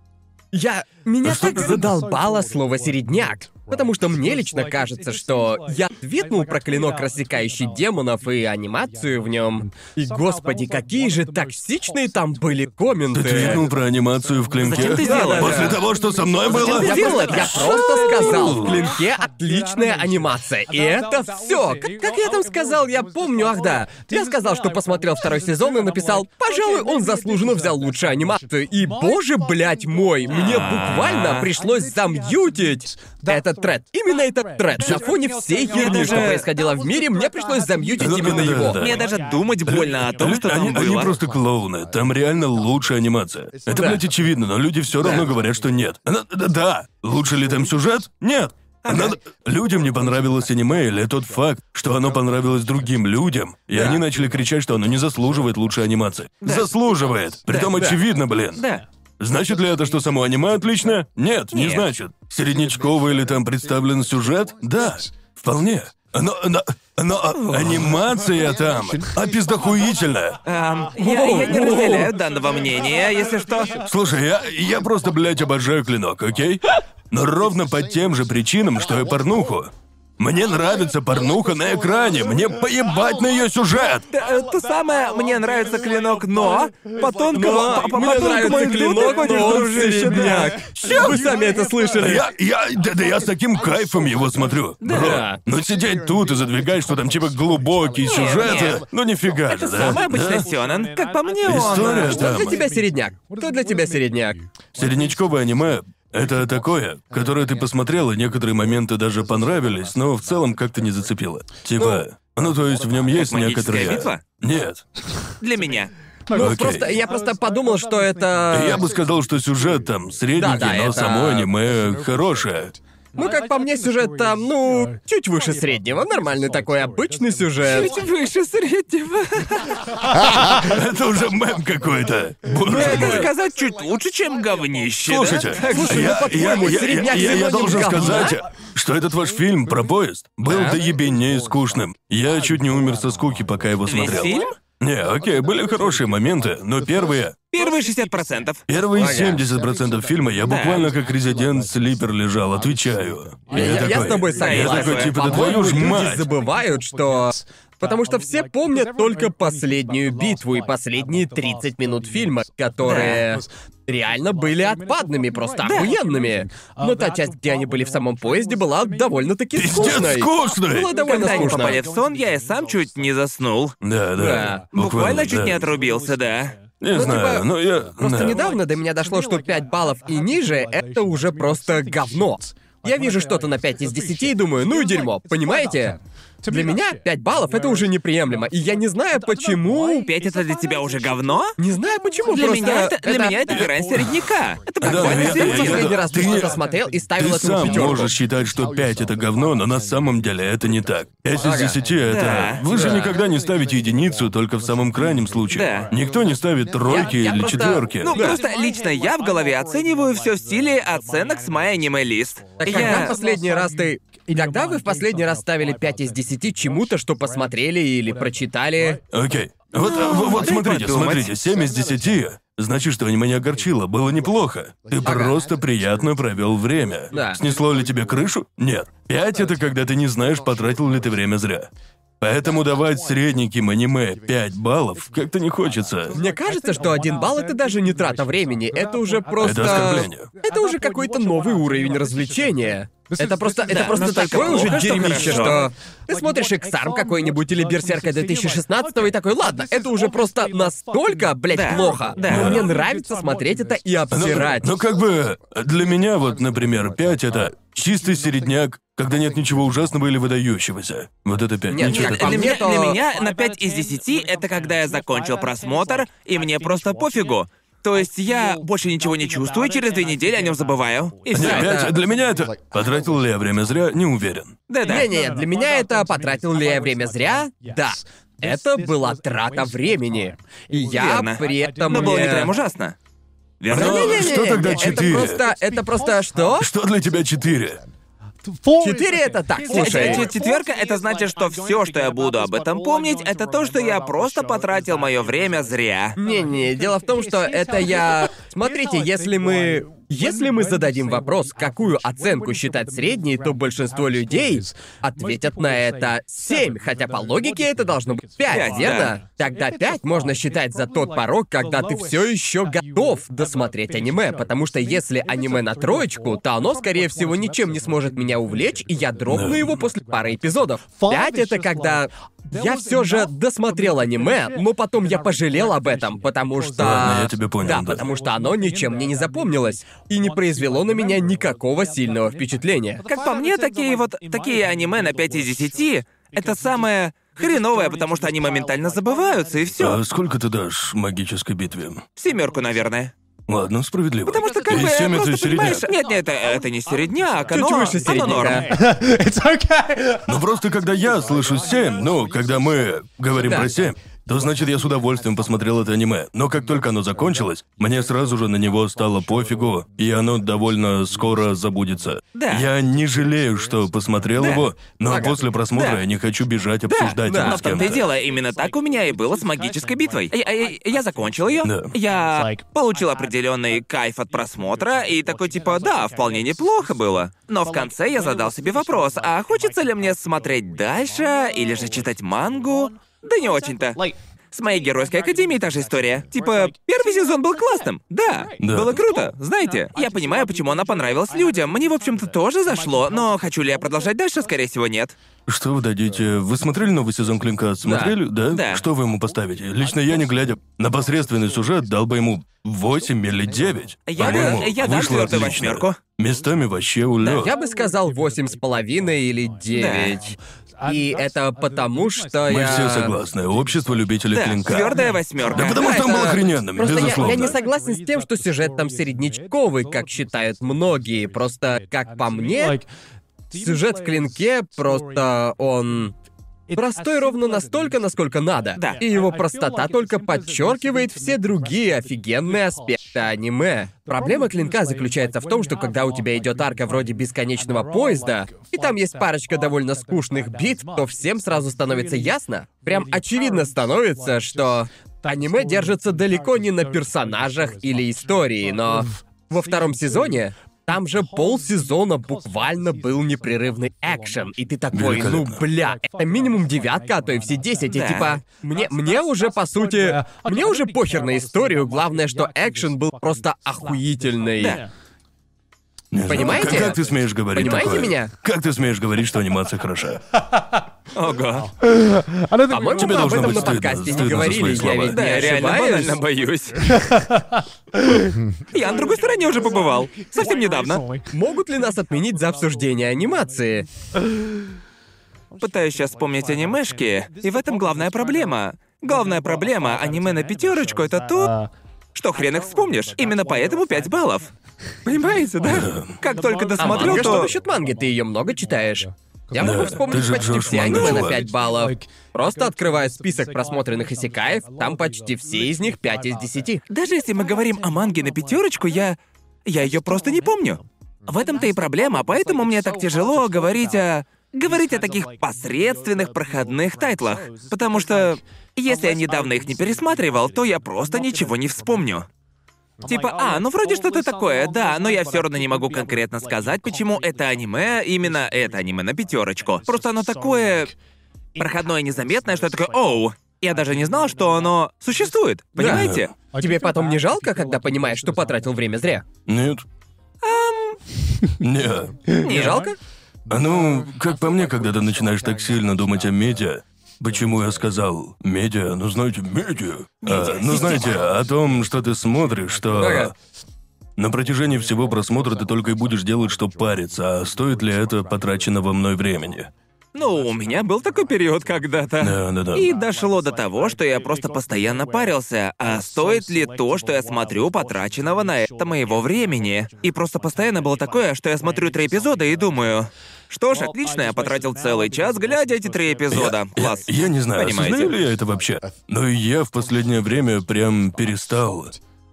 Я... Меня так задолбало слово «середняк». Потому что мне лично кажется, что я твитнул про клинок, рассекающий демонов, и анимацию в нем. И, господи, какие же токсичные там были комменты. Ты твитнул про анимацию в клинке? Зачем ты сделал это? После того, что со мной было? ты Я сделал просто, это? я просто сказал, в клинке отличная анимация. И это все. Как, как я там сказал, я помню, ах да. Я сказал, что посмотрел второй сезон и написал, пожалуй, он заслуженно взял лучшую анимацию. И, боже, блядь мой, мне буквально пришлось замьютить этот тред. Именно этот тред. На фоне всей херни, что даже- происходило в мире, мне пришлось замьютить Да, именно да, да, его. да. Мне даже думать больно о том, что там они, они было. просто клоуны. Там реально лучшая анимация. Это, Да. блядь, очевидно, но люди все равно говорят, что нет. Она- да, да. Лучше ли там сюжет? Нет. Надо- Людям не понравилось аниме или тот факт, что оно понравилось другим людям, и Да. они начали кричать, что оно не заслуживает лучшей анимации. Заслуживает. Притом да. очевидно, блин. Да. Значит ли это, что само аниме отлично? Нет, не Нет. значит. Середнячково или там представлен сюжет? Да, вполне. Но, но, но анимация там опиздохуительная. Эм, я, я не разделяю данного мнения, если что. Слушай, я, я просто, блядь, обожаю клинок, окей? Но ровно по тем же причинам, что и порнуху. Мне нравится порнуха на экране, мне поебать на ее сюжет. Э, То самое, мне нравится клинок, но по тонкому, Но по, по- мне по тонкому нравится льду ты клинок, ходишь, но он дружище, да. середняк. Вы сами это слышали. Я, я, да, да я с таким кайфом его смотрю. Бро, Да. но сидеть тут и задвигать, что там типа глубокие сюжеты, нет. ну нифига же, да? Самый обычный Да? сёнэн. Как по мне, он... История э, там. Для тебя середняк. Кто для тебя середняк? Середнячковое аниме — это такое, которое ты посмотрел, и некоторые моменты даже понравились, но в целом как-то не зацепило. Типа, ну то есть в нем есть магическая некоторые... битва? Нет. Для меня. Ну, Окей. просто, я просто подумал, что это... Я бы сказал, что сюжет там средненький, Да, да, но это- само аниме хорошее. Ну, как по мне, сюжет там, ну, чуть выше среднего. Нормальный такой обычный сюжет. Чуть выше среднего. Это уже мем какой-то. Боже Это мой. сказать чуть лучше, чем говнище, Слушайте, да? Слушай, я, ну, по-твоему, я- я- середняк я- я синоним должен говна? сказать, что этот ваш фильм про поезд был Да? до ебеней скучным. Я чуть не умер со скуки, пока его Весь смотрел. фильм? Не, окей, были хорошие моменты, но первые... Первые шестьдесят процентов. Первые Ага. семьдесят процентов фильма я буквально как резидент Слипер лежал, отвечаю. И Я, я такой- с тобой Да, я согласен. Я такой, типа, да По-моему, твою ж люди мать. забывают, что Потому что все помнят только последнюю битву и последние тридцать минут фильма, которые реально были отпадными, просто Да. охуенными. Но та часть, где они были в самом поезде, была довольно-таки Пиздец скучной. скучной! Было довольно Когда они скучно. попали в сон, я и сам чуть не заснул. Да, да. Да. Буквально чуть да. не отрубился, да. Не Ну, знаю, типа, но я... Просто да. недавно до меня дошло, что пять баллов и ниже — это уже просто говно. Я вижу что-то на пять из десяти и думаю, ну и дерьмо, понимаете? Для меня пять баллов — это уже неприемлемо, и я не знаю, почему... Пять это для тебя уже говно? Не знаю, почему, Для просто... меня это, для меня это грань середняка. Это Да, буквально я- Я середняка. последний раз Ты- что-то смотрел и ставил Ты этому сам пятерку. можешь считать, что пять это говно, но на самом деле это не так. пять из Ага. десяти это... Да. Вы же Да. никогда не ставите единицу, только в самом крайнем случае. Да. Никто не ставит тройки Я- я или просто- четверки. Ну, просто лично я в голове оцениваю все в стиле оценок с My Anime List. Так когда Я... в последний раз ты... Когда вы в последний раз ставили пять из десяти чему-то, что посмотрели или прочитали? Окей. Вот, э, вот, вот дай смотрите, подумать. смотрите, семь из десяти. Значит, что аниме не огорчило, было неплохо. Ты просто приятно провел время. Да. Снесло ли тебе крышу? Нет. Пять это когда ты не знаешь, потратил ли ты время зря. Поэтому давать средненьким аниме пять баллов как-то не хочется. Мне кажется, что один балл — это даже не трата времени, это уже просто... Это оскорбление. Это уже какой-то новый уровень развлечения. Это просто, это Да, просто настолько такое уже плохо, что дерьмище, хорошо. что... Ты смотришь Иксарм какой-нибудь или Берсерка две тысячи шестнадцатого и такой, ладно, это уже просто настолько, блядь, Да, плохо. да. Но мне нравится смотреть это и Ну, обсирать. ну, как бы, для меня вот, например, пять это чистый середняк, когда нет ничего ужасного или выдающегося. Вот это пять, Нет, ничего как Для по такого. мне, меня, то- для меня на пять из десяти это когда я закончил просмотр, и мне просто пофигу. То есть я больше ничего не чувствую, через две недели о нем забываю. И Не, все. это- пять, для меня это... Потратил ли я время зря, не уверен. Да-да. Не-не, для меня это потратил ли я время зря? Да. Это была трата времени. И я Верно. при этом Но было не не- прям ужасно. Верно? Но Не-не-не-не, что тогда это четыре? просто, это просто что? Что для тебя четыре? Четыре это так, слушай. Четверка это значит, что все, что я буду об этом помнить, это то, что я просто потратил мое время зря. Не-не, дело в том, что это я... Смотрите, если мы... Если мы зададим вопрос, какую оценку считать средней, то большинство людей ответят на это семь, хотя по логике это должно быть пять, Пять, верно? Тогда пять можно считать за тот порог, когда ты все еще готов досмотреть аниме, потому что если аниме на троечку, то оно, скорее всего, ничем не сможет меня увлечь, и я дропну его после пары эпизодов. Пять это когда я все же досмотрел аниме, но потом я пожалел об этом, потому что... Ладно, я тебя понял, Да, да. потому что оно ничем мне не запомнилось и не произвело на меня никакого сильного впечатления. Как по мне, такие вот такие аниме на пять из десяти это самое хреновое, потому что они моментально забываются, и все. А сколько ты дашь магической битве? Семерку, наверное. Ладно, справедливо. Потому что как И бы семь это просто понимаешь, середняк. нет, нет, это, это не середняк, Чуть оно, выше оно норм. середняка. It's okay. Ну просто когда я слышу семь, ну, когда мы говорим Да. про семь, то значит я с удовольствием посмотрел это аниме. Но как только оно закончилось, мне сразу же на него стало пофигу, и оно довольно скоро забудется. Да. Я не жалею, что посмотрел Да. его, но Ага. после просмотра Да. я не хочу бежать обсуждать да. его Но с в том-то и кем-то. дело, именно так у меня и было с магической битвой. Я, я- я закончил ее, Да. я получил определенный кайф от просмотра, и такой типа, да, вполне неплохо было. Но в конце я задал себе вопрос, а хочется ли мне смотреть дальше, или же читать мангу? Да не очень-то. С моей геройской академией та же история. Типа, первый сезон был классным. Да, Да. было круто. Знаете, я понимаю, почему она понравилась людям. Мне, в общем-то, тоже зашло, но хочу ли я продолжать дальше? Скорее всего, нет. Что вы дадите? Вы смотрели новый сезон Клинка? Смотрели, да? Да. Что вы ему поставите? Лично я, не глядя на посредственный сюжет, дал бы ему восемь или девять. Я, По-моему, да- я дам вышло четвертую отлично. восьмерку. Местами вообще улет. Я бы сказал восемь с половиной или девять. И это потому, что Мы я... все согласны. Общество любителей Да, Клинка. твердая восьмерка. Да потому что он это- был охрененным, Просто я, безусловно. я не согласен с тем, что сюжет там середнячковый, как считают многие. Просто, как по мне, сюжет в Клинке просто он... Простой ровно настолько, насколько надо. Да. И его простота только подчеркивает все другие офигенные аспекты аниме. Проблема Клинка заключается в том, что когда у тебя идет арка вроде бесконечного поезда, и там есть парочка довольно скучных битв, то всем сразу становится ясно, прям очевидно становится, что аниме держится далеко не на персонажах или истории, но во втором сезоне там же полсезона буквально был непрерывный экшен, и ты такой, ну, Великолепно. бля, это минимум девятка, а то и все десять, и Да. типа, мне, мне уже, по сути, мне уже похер на историю, главное, что экшен был просто охуительный. Да. Не знаю, Понимаете? Как, как ты смеешь говорить Понимаете такое? меня? Как ты смеешь говорить, что анимация хороша? Ого. По-моему, Тебе мы об должно этом быть на стыдно, подкасте не стыдно за говорили, свои я слова. ведь Да, не я реально ошибаюсь. банально боюсь. Я на другой стороне уже побывал. Совсем недавно. Могут ли нас отменить за обсуждение анимации? Пытаюсь сейчас вспомнить анимешки, и в этом главная проблема. Главная проблема аниме на пятерочку — это то, что хрен их вспомнишь. Именно поэтому пять баллов. Понимаете, да? Как только А досмотрел, манга, что то... насчет манги? Ты ее много читаешь? Я Да, могу ты вспомнить же почти Джош все аниме на Мангала. пять баллов. Просто открываю список просмотренных исекаев, там почти все из них пять из десяти. Даже если мы говорим о манге на пятерочку, я... Я ее просто не помню. В этом-то и проблема, поэтому мне так тяжело говорить о... Говорить о таких посредственных проходных тайтлах. Потому что... Если я недавно их не пересматривал, то я просто ничего не вспомню. Типа, а, ну вроде что-то такое, да, но я все равно не могу конкретно сказать, почему это аниме, именно это аниме на пятерочку. Просто оно такое проходное, незаметное, что я такой, оу, я даже не знал, что оно существует, понимаете? Тебе потом не жалко, когда понимаешь, что потратил время зря? Нет. Не. Не жалко? А ну, как по мне, когда ты начинаешь так сильно думать о медиа, почему я сказал медиа, ну знаете, медиа. А, ну знаете, о том, что ты смотришь, что Ага. на протяжении всего просмотра ты только и будешь делать, что париться, а стоит ли это потраченного мной времени? Ну, у меня был такой период когда-то. Да, да, да. И дошло до того, что я просто постоянно парился. А стоит ли то, что я смотрю, потраченного на это моего времени? И просто постоянно было такое, что я смотрю три эпизода и думаю... Что ж, отлично, я потратил целый час, глядя эти три эпизода. Я- Класс. Я, я не знаю, Понимаете? осознаю ли я это вообще, но я в последнее время прям перестал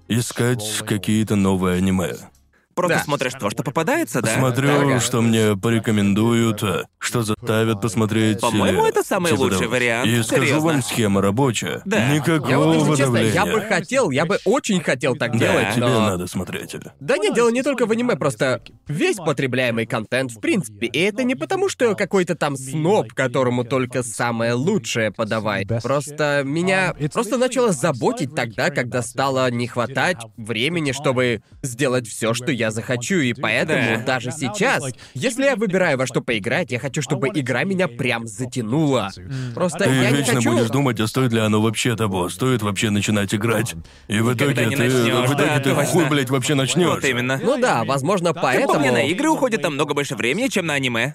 искать какие-то новые аниме. Просто Да. смотришь то, что попадается, да? Смотрю, Ага. что мне порекомендуют, э, что заставят посмотреть. По-моему, э, это самый типа лучший того. вариант, И скажу серьезно. вам, схема рабочая. Да. Никакого Я вот, если честно, давления. я бы хотел, я бы очень хотел так Да. делать, Тебе но... надо смотреть это. Да нет, дело не только в аниме, просто весь потребляемый контент в принципе. И это не потому, что я какой-то там сноб, которому только самое лучшее подавай. Просто меня просто начало заботить тогда, когда стало не хватать времени, чтобы сделать все, что я захочу. И поэтому Да. даже сейчас, если я выбираю во что поиграть, я хочу, чтобы игра меня прям затянула. Просто Ты я не вечно хочу... будешь думать, а стоит ли оно вообще того, стоит вообще начинать играть. И в Никогда итоге не ты, начнёшь, в итоге да, ты точно. хуй, блядь, вообще начнешь. Вот именно. Ну да, возможно, Тем поэтому... более на игры уходит намного больше времени, чем на аниме.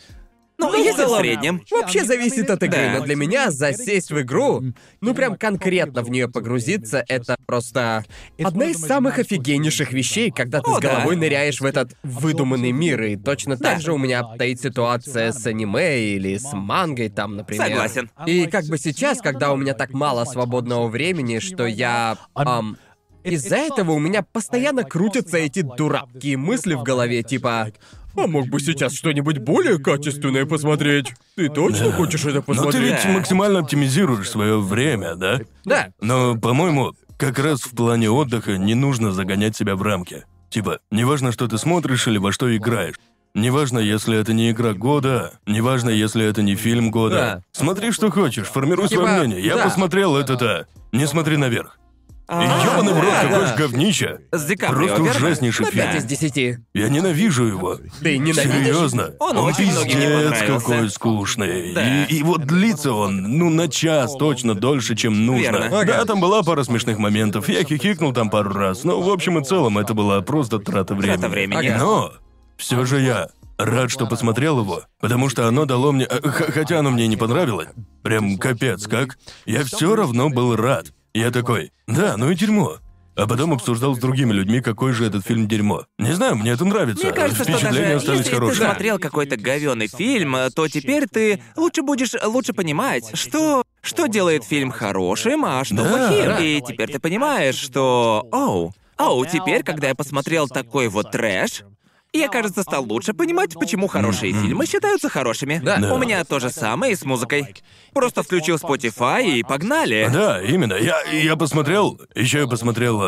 Ну, Ну, если в в целом, среднем. Вообще зависит от игры, Да. но для меня засесть в игру, ну прям конкретно в нее погрузиться, это просто одна из самых офигеннейших вещей, когда ты О, с головой да. ныряешь в этот выдуманный мир. И точно так Да. же у меня обстоит ситуация с аниме или с мангой там, например. Согласен. И как бы сейчас, когда у меня так мало свободного времени, что я... ам, из-за этого у меня постоянно крутятся эти дурацкие мысли в голове, типа... А мог бы сейчас что-нибудь более качественное посмотреть? Ты точно хочешь это Но ты посмотреть? ведь Да. максимально оптимизируешь свое время, да? Да. Но, по-моему, как раз в плане отдыха не нужно загонять себя в рамки. Типа, неважно, что ты смотришь или во что играешь. Неважно, если это не игра года, неважно, если это не фильм года. Да. Смотри, что хочешь, формируй Типа, свое мнение. Я да. посмотрел это-то. Не смотри наверх. И А, ёбаный в рот, да, какое да. ж говнище. С Ди Каприо, Просто верно? ужаснейший На фильм. пять из десяти. Я ненавижу его. Ты ненавидишь? Серьезно? Он очень многим не пиздец понравился. какой скучный. Да. И, и вот длится он, ну, на час точно дольше, чем нужно. Верно. Да, там была пара смешных моментов. Я хихикнул там пару раз. Но в общем и целом это была просто трата времени. Трата времени. Ага. Но все же я рад, что посмотрел его, потому что оно дало мне. э, х- Хотя оно мне не понравилось. Прям капец, как. Я все равно был рад. Я такой, да, ну и дерьмо. А потом обсуждал с другими людьми, какой же этот фильм дерьмо. Не знаю, мне это нравится. Мне кажется, что Впечатления даже остались если хорошие. ты смотрел какой-то говёный фильм, то теперь ты лучше будешь лучше понимать, что что делает фильм хорошим, а что Да, плохим. да. И теперь ты понимаешь, что оу, оу, теперь, когда я посмотрел такой вот трэш, я, кажется, стал лучше понимать, почему хорошие фильмы считаются хорошими. Да. Да. У меня то же самое и с музыкой. Просто включил Spotify и погнали. Да, именно. Я, я посмотрел. Еще я посмотрел. э,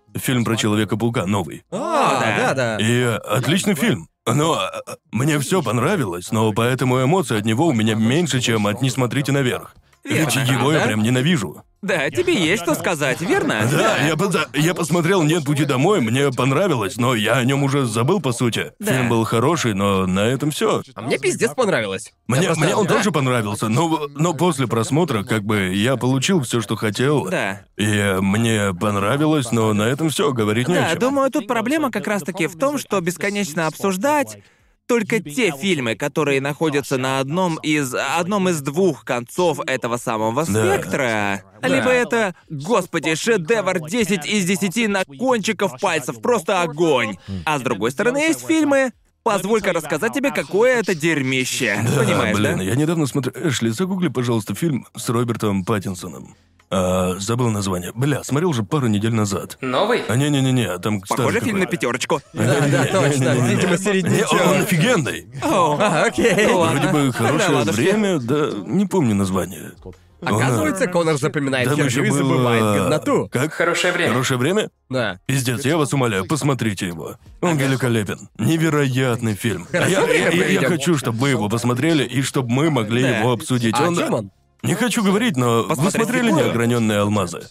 фильм про Человека-паука, новый. А, да, да. И э, отличный фильм. Но э, мне все понравилось, но поэтому эмоций от него у меня меньше, чем от «Не смотрите наверх». Ведь Верно. его я Да? прям ненавижу. Да, тебе есть что сказать, верно? Да, я, по- да, я посмотрел «Нет пути домой», мне понравилось, но я о нем уже забыл, по сути. Да. Фильм был хороший, но на этом все. А мне пиздец понравилось. Я Мне, просто- мне он да. тоже понравился, но, но после просмотра, как бы, я получил все, что хотел. Да. И э, мне понравилось, но на этом все, говорить не о Да, чем. думаю, тут проблема как раз-таки в том, что бесконечно обсуждать только те фильмы, которые находятся на одном из одном из двух концов этого самого Да. спектра. Либо это, господи, шедевр десять из десяти на кончиков пальцев, просто огонь. А с другой стороны есть фильмы. Позволь-ка рассказать тебе, какое это дерьмище. Да, Понимаешь, блин, да? я недавно смотрел... Эшли, загугли, пожалуйста, фильм с Робертом Паттинсоном. А, забыл название. Бля, смотрел же пару недель назад. Новый? А не-не-не-не, там старый Похоже, фильм на какой-то. пятерочку. Да, да, точно. Видимо, Не, середнячок. он, он офигенный. О, А, окей. ладно. Вроде бы Тогда хорошее ладушки. время, да, не помню название. Оказывается, Конор запоминает Там еще херню и было... забывает годноту. Как? Хорошее время. Хорошее время? Да. Пиздец, я вас умоляю, посмотрите его. Он великолепен. Невероятный фильм. А я, время я- я- я проведем. хочу, чтобы вы его посмотрели и чтобы мы могли Да. его обсудить. А о чем он? Не хочу говорить, но вы Посмотреть смотрели такое? «Неограненные алмазы»?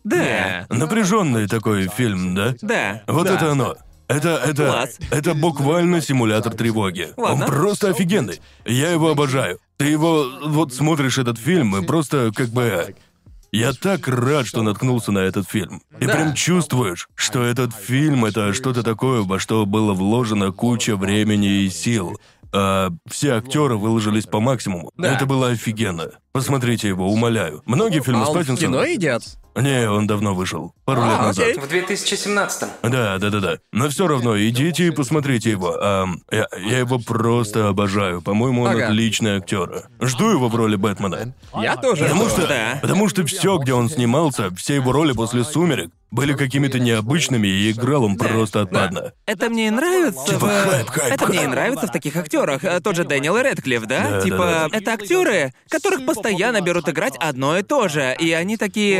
Да. Напряженный такой фильм, да? Да. Вот Да. это оно. Это, это, Класс. это буквально симулятор тревоги. Ладно. Он просто офигенный. Я его обожаю. Ты его вот смотришь этот фильм и просто как бы... Я так рад, что наткнулся на этот фильм. И Да. прям чувствуешь, что этот фильм — это что-то такое, во что было вложено куча времени и сил. А все актеры выложились по максимуму. Да. Это было офигенно. Посмотрите его, умоляю. Многие фильмы А с он в Паттинсоном... кино идет? Не, он давно вышел. Пару А, лет назад. окей. В две тысячи семнадцатом. Да, да, да, да. Но все равно идите и посмотрите его. Ам, я, я его просто обожаю. По-моему, он Ага. отличный актер. Жду его в роли Бэтмена. Я тоже. Потому жду. что, Да. потому что все, где он снимался, все его роли после «Сумерек» были какими-то необычными, и играл он просто отпадно. Это мне и нравится Типа в... хайп, хайп, Это мне и хайп. нравится в таких актерах. А, Тот же Дэниел Рэдклифф, да? Да, типа, да, да. это актеры, которых постоянно берут играть одно и то же. И они такие...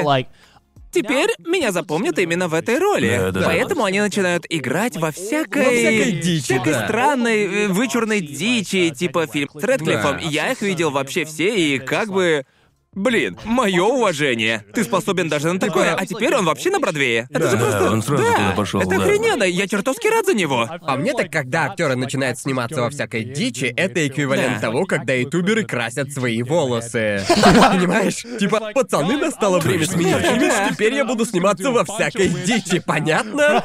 Теперь меня запомнят именно в этой роли. Да, да, да. Поэтому они начинают играть во всякой... Во всякой дичи, всякой да. странной, э, вычурной дичи, типа фильм с Рэдклиффом. Да. Я их видел вообще все, и как бы... Блин, мое уважение. Ты способен даже на такое, а теперь он вообще на Бродвее. Это же Да, просто... он сразу да, туда пошел. это да. охрененно, я чертовски рад за него. А мне так, когда актеры начинают сниматься во всякой дичи, это эквивалент Да. того, когда ютуберы красят свои волосы. Понимаешь? Типа, пацаны, настало время Точно, сменить точно. имидж, Да. теперь я буду сниматься во всякой дичи, понятно?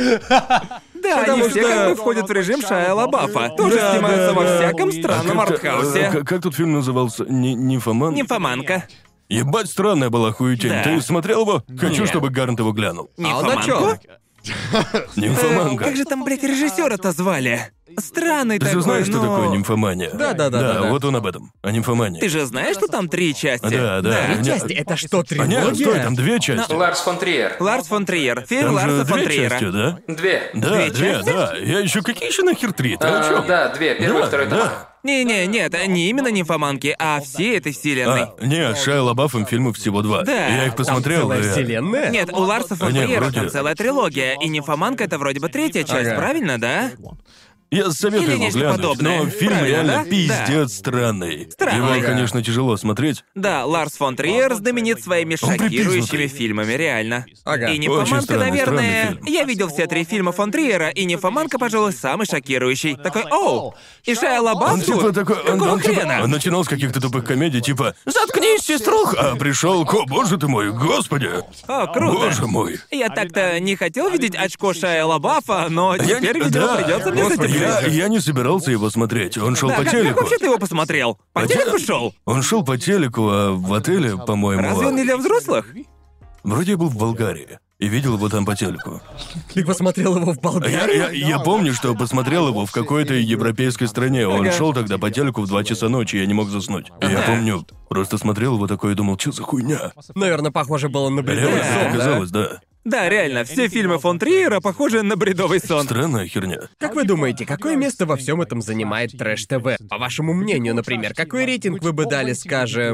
Да, они Потому все что- как бы входят в режим Шайа Лабафа. Тоже Да, снимаются да, во да. всяком А странном как-то, артхаусе. э, как, как тут фильм назывался? Ни- Нимфоман? Нимфоманка. Ебать, странная была хуетень. Да. Ты смотрел его? Хочу, Нет. чтобы Гарнт его глянул. А он о Нимфоманку? чём? Нимфоманка. Как же там, блядь, режиссера-то звали? Странный Ты такой, же знаешь, что но- такое нимфомания? Да, да, да, да, да. вот он об этом. О нимфомании. Ты же знаешь, что там три части? Да, да. Три части, это что, А нет, стой, трилогия? там две части. Ларс фон Триер. Ларс фон Триер. Фильм Там Ларса же фон две Триера. части, да? Две. Да, Две две, части? да. Я еще какие еще нахер три? Ты о А, чем? да, две. Первый и Да, второй да. тома. Не-не, нет, не именно нимфоманки, а всей этой вселенной. А, не, с Шайа Лабафом фильмов всего два. Да. Я их посмотрел. Целая и- вселенная? Нет, у Ларса фон А, нет, Триера вроде- там целая трилогия, и нимфоманка — это вроде бы третья часть, Ага. правильно, да? Я советую Или его нечто глянуть, подобное. но фильм Правильно, реально да? пиздец странный. Странный. Его, Ага. конечно, тяжело смотреть. Да, Ларс фон Триер знаменит своими Он шокирующими припизнутый. фильмами, реально. Ага. И Очень «Нимфоманка», странный, наверное... странный фильм. Я видел все три фильма фон Триера, и «Нимфоманка», пожалуй, самый шокирующий. Такой, оу! И Шайа Лабаф Он типа тут? такой, он, Какого он, типа, хрена? он начинал с каких-то тупых комедий, типа «Заткнись, сеструх!» А пришел, о, боже ты мой, господи! О, круто. Боже мой! Я так-то не хотел видеть очко Шайа Лабафа, но Я теперь, не- видимо, да. придется мне с этим Господи, Я, жить. я не собирался его смотреть, он шел Да, по как, как телеку. вообще ты его посмотрел? По По телеку те- шел? Он шел по телеку, а в отеле, по-моему... Разве он не для взрослых? Вроде я был в Болгарии и видел его там по телеку. Ты посмотрел его в Я, Болгарии? я, я помню, что посмотрел его в какой-то европейской стране. Он Ага. шел тогда по телеку в два часа ночи, я не мог заснуть. И я помню, просто смотрел его такой и думал, что за хуйня? Наверное, похоже было на бредовый Реально, сон, да? оказалось, да. Да, реально, все фильмы фон Триера похожи на бредовый сон. Странная херня. Как вы думаете, какое место во всем этом занимает трэш-ТВ? По вашему мнению, например, какой рейтинг вы бы дали, скажем,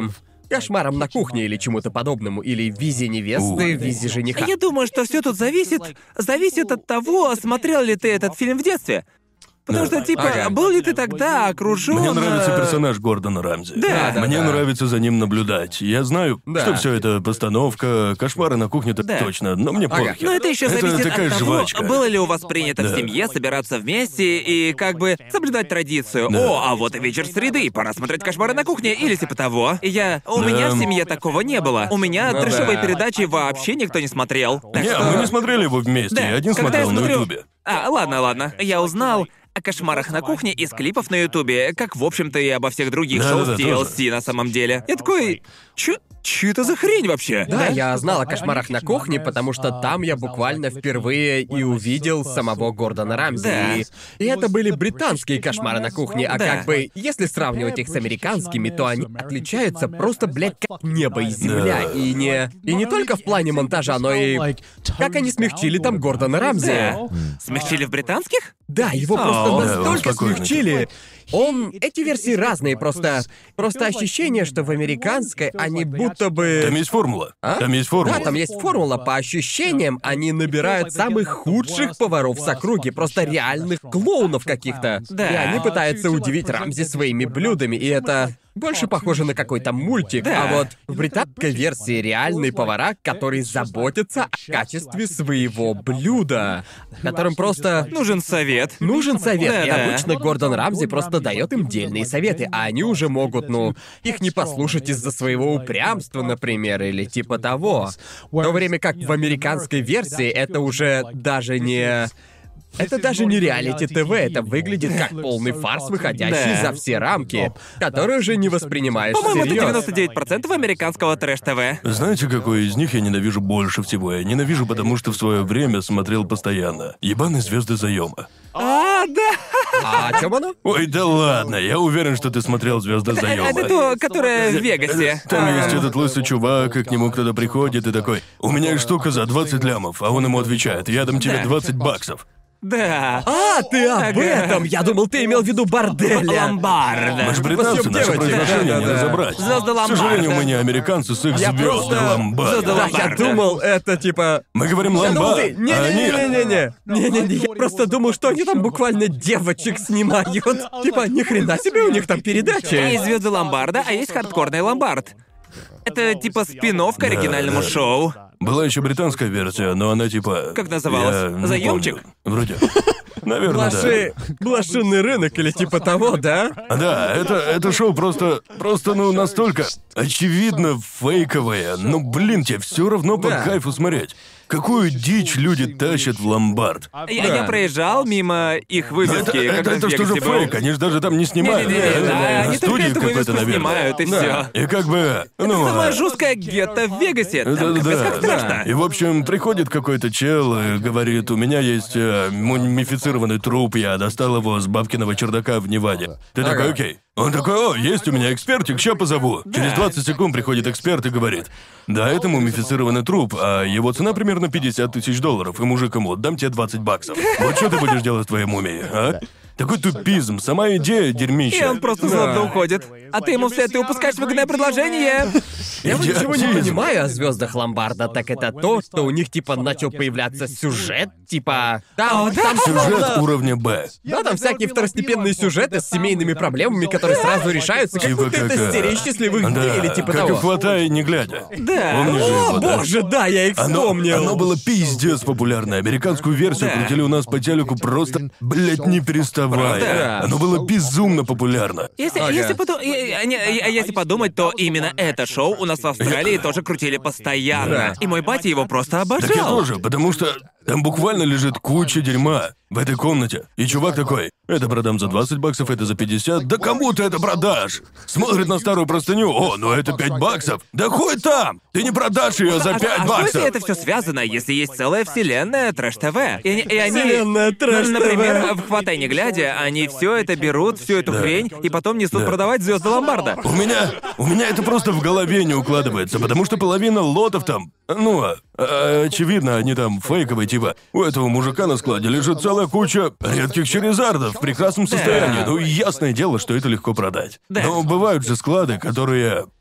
Кошмаром на кухне или чему-то подобному, или Визе невесты, Визе жениха. Я думаю, что все тут зависит, зависит от того, смотрел ли ты этот фильм в детстве. Потому Да. что, типа, Ага. был ли ты тогда окружен... Мне нравится персонаж Гордона Рамзи. Да, да, Мне да. нравится за ним наблюдать. Я знаю, Да. что все это постановка, кошмары на кухне, так Да. точно, но мне Ага. похер. Но это еще зависит такая от того, жвачка. было ли у вас принято Да. в семье собираться вместе и как бы соблюдать традицию. Да. О, а вот и вечер среды, пора смотреть «Кошмары на кухне» или типа того. И я... У Да. меня в семье такого не было. У меня Ну трэшевые да. передачи вообще никто не смотрел. Так Не, что... мы не смотрели его вместе, Да, я один когда смотрел я на смотрю- Ютубе. А, ладно, ладно. Я узнал о «Кошмарах на кухне» из клипов на Ютубе, как, в общем-то, и обо всех других шоу Да-да-да, с Ти Эл Си на самом деле. Я такой... Чё? Чё это за хрень вообще? Да, я знал о кошмарах на кухне, потому что там я буквально впервые и увидел самого Гордона Рамзи. Да. И, и это были британские кошмары на кухне, а Да. как бы, если сравнивать их с американскими, то они отличаются просто, блядь, как небо и земля. Да. И не. И не только в плане монтажа, но и. Как они смягчили там Гордона Рамзи. Да. Смягчили в британских? Да, его О, просто да, он настолько спокойный. смягчили. Он... Эти версии разные, просто... Просто ощущение, что в американской они будто бы... Там есть формула. А? Там есть формула. Да, там есть формула. По ощущениям, они набирают самых худших поваров с округи, просто реальных клоунов каких-то. Да. И они пытаются удивить Рамзи своими блюдами, и это больше похоже на какой-то мультик. Да. А вот в британской версии реальные повара, которые заботятся о качестве своего блюда, которым просто... Нужен совет. Нужен совет, и Да-да. обычно Гордон Рамзи просто дает им дельные советы, а они уже могут, ну, их не послушать из-за своего упрямства, например, или типа того. В то время как в американской версии это уже даже не... Это даже не реалити-ТВ, это выглядит как полный фарс, выходящий Да. за все рамки, который уже не воспринимаешь По-моему, это всерьез. девяносто девять процентов американского трэш-ТВ. Знаете, какой из них я ненавижу больше всего? Я ненавижу, потому что в свое время смотрел постоянно. Ебаные звезды заема. А, да! А о чем оно? Ой, да ладно, я уверен, что ты смотрел звезды Это заема. то, которое в Вегасе. Там А, есть этот лысый чувак, и к нему кто-то приходит и такой: у меня есть штука за двадцать лямов, а он ему отвечает: я дам тебе Да. двадцать баксов. Да. А, ты об Ага. этом! Я думал, ты имел в виду борделя. Ломбард. Мы же британцы, Спасибо, наше девочек. произношение не Да-да-да. разобрать. Звезды К сожалению, ломбарда. мы не американцы с их Я звезды просто- ломбарда. Звезды Да, я ломбарда. думал, это типа... Мы говорим Я думал, ломбард, ты... а они... Не-не-не-не-не. Не-не-не, я просто думал, что они там буквально девочек снимают. Типа, ни хрена себе у них там Есть передачи. звезды ломбарда, а есть хардкорный ломбард. Это типа спин-офф к оригинальному да. шоу. Была еще британская версия, но она типа... Как называлась? я не Заёмчик? помню. Вроде. Наверное, да. Блоши... Блошиный рынок или типа того, да? Да, это, это шоу просто, просто, ну, настолько очевидно фейковое. Ну, блин, тебе все равно по Да. кайфу смотреть. Какую дичь люди тащат в ломбард? Я, Да. я проезжал мимо их Ну, вывески, это, это, когда это в что же Вегасе был. фейк? Они же даже там не снимают. Не-не-не, Это, да, наверное, они только студии эту какой-то, вывеску наверное. снимают, и Да. все. И как бы, ну... Самое а, жесткое гетто в Вегасе. Там Да-да-да. капец как страшно. И, в общем, приходит какой-то чел и говорит: у меня есть э, мумифицированный труп, я достал его с бабкиного чердака в Неваде. Ты Ага. такой: окей. Он такой: о, есть у меня экспертик, ща позову. Через двадцать секунд приходит эксперт и говорит: да, это мумифицированный труп, а его цена примерно пятьдесят тысяч долларов, и мужик ему: дам тебе двадцать баксов. Вот что ты будешь делать с твоей мумией, а? Такой тупизм, сама идея дерьмища. И он просто злобно уходит. А ты ему вслед, ты упускаешь выгодное предложение. Я вот ничего не Идиотизм. понимаю о звездах Ломбарда, так это то, что у них типа начал появляться сюжет, типа. Там, О, да? там Сюжет словно- уровня Б. Да, там всякие второстепенные сюжеты с семейными проблемами, которые сразу решаются, как Типа будто как, это э, серия счастливых Да, дней или типа как и того. хватай, не глядя. Да. Помнишь же О, его, да? боже, да, я их Оно, вспомнил. оно было пиздец популярное. Американскую версию Да. крутили у нас по телеку просто, блядь, не переставая. Правда? Оно было безумно популярно. Если, Ага. если, поду- и- и- не- и- если подумать, то именно это шоу у нас в Австралии тоже крутили постоянно. Да. И мой батя его просто Так я обожал. тоже, потому что там буквально лежит куча дерьма в этой комнате. И чувак такой: это продам за двадцать баксов, это за пятьдесят. Да кому ты это продашь? Смотрит на старую простыню: о, ну это пять баксов. Да хуй там! Ты не продашь ее за А, пять а что баксов. если это все связано, если есть целая вселенная трэш-ТВ? И, они- и они, Вселенная трэш-ТВ. например, в «Хватай не глядя», они все это берут, всю эту хрень, и потом несут Да. продавать звезды ломбарда. У меня, у меня это просто в голове не укладывается, потому что половина лотов там, ну, а, а, очевидно, они там фейковые, типа, у этого мужика на складе лежит целая куча редких черезардов в прекрасном состоянии. Ну, ясное дело, что это легко продать. Да. Но бывают же склады, которые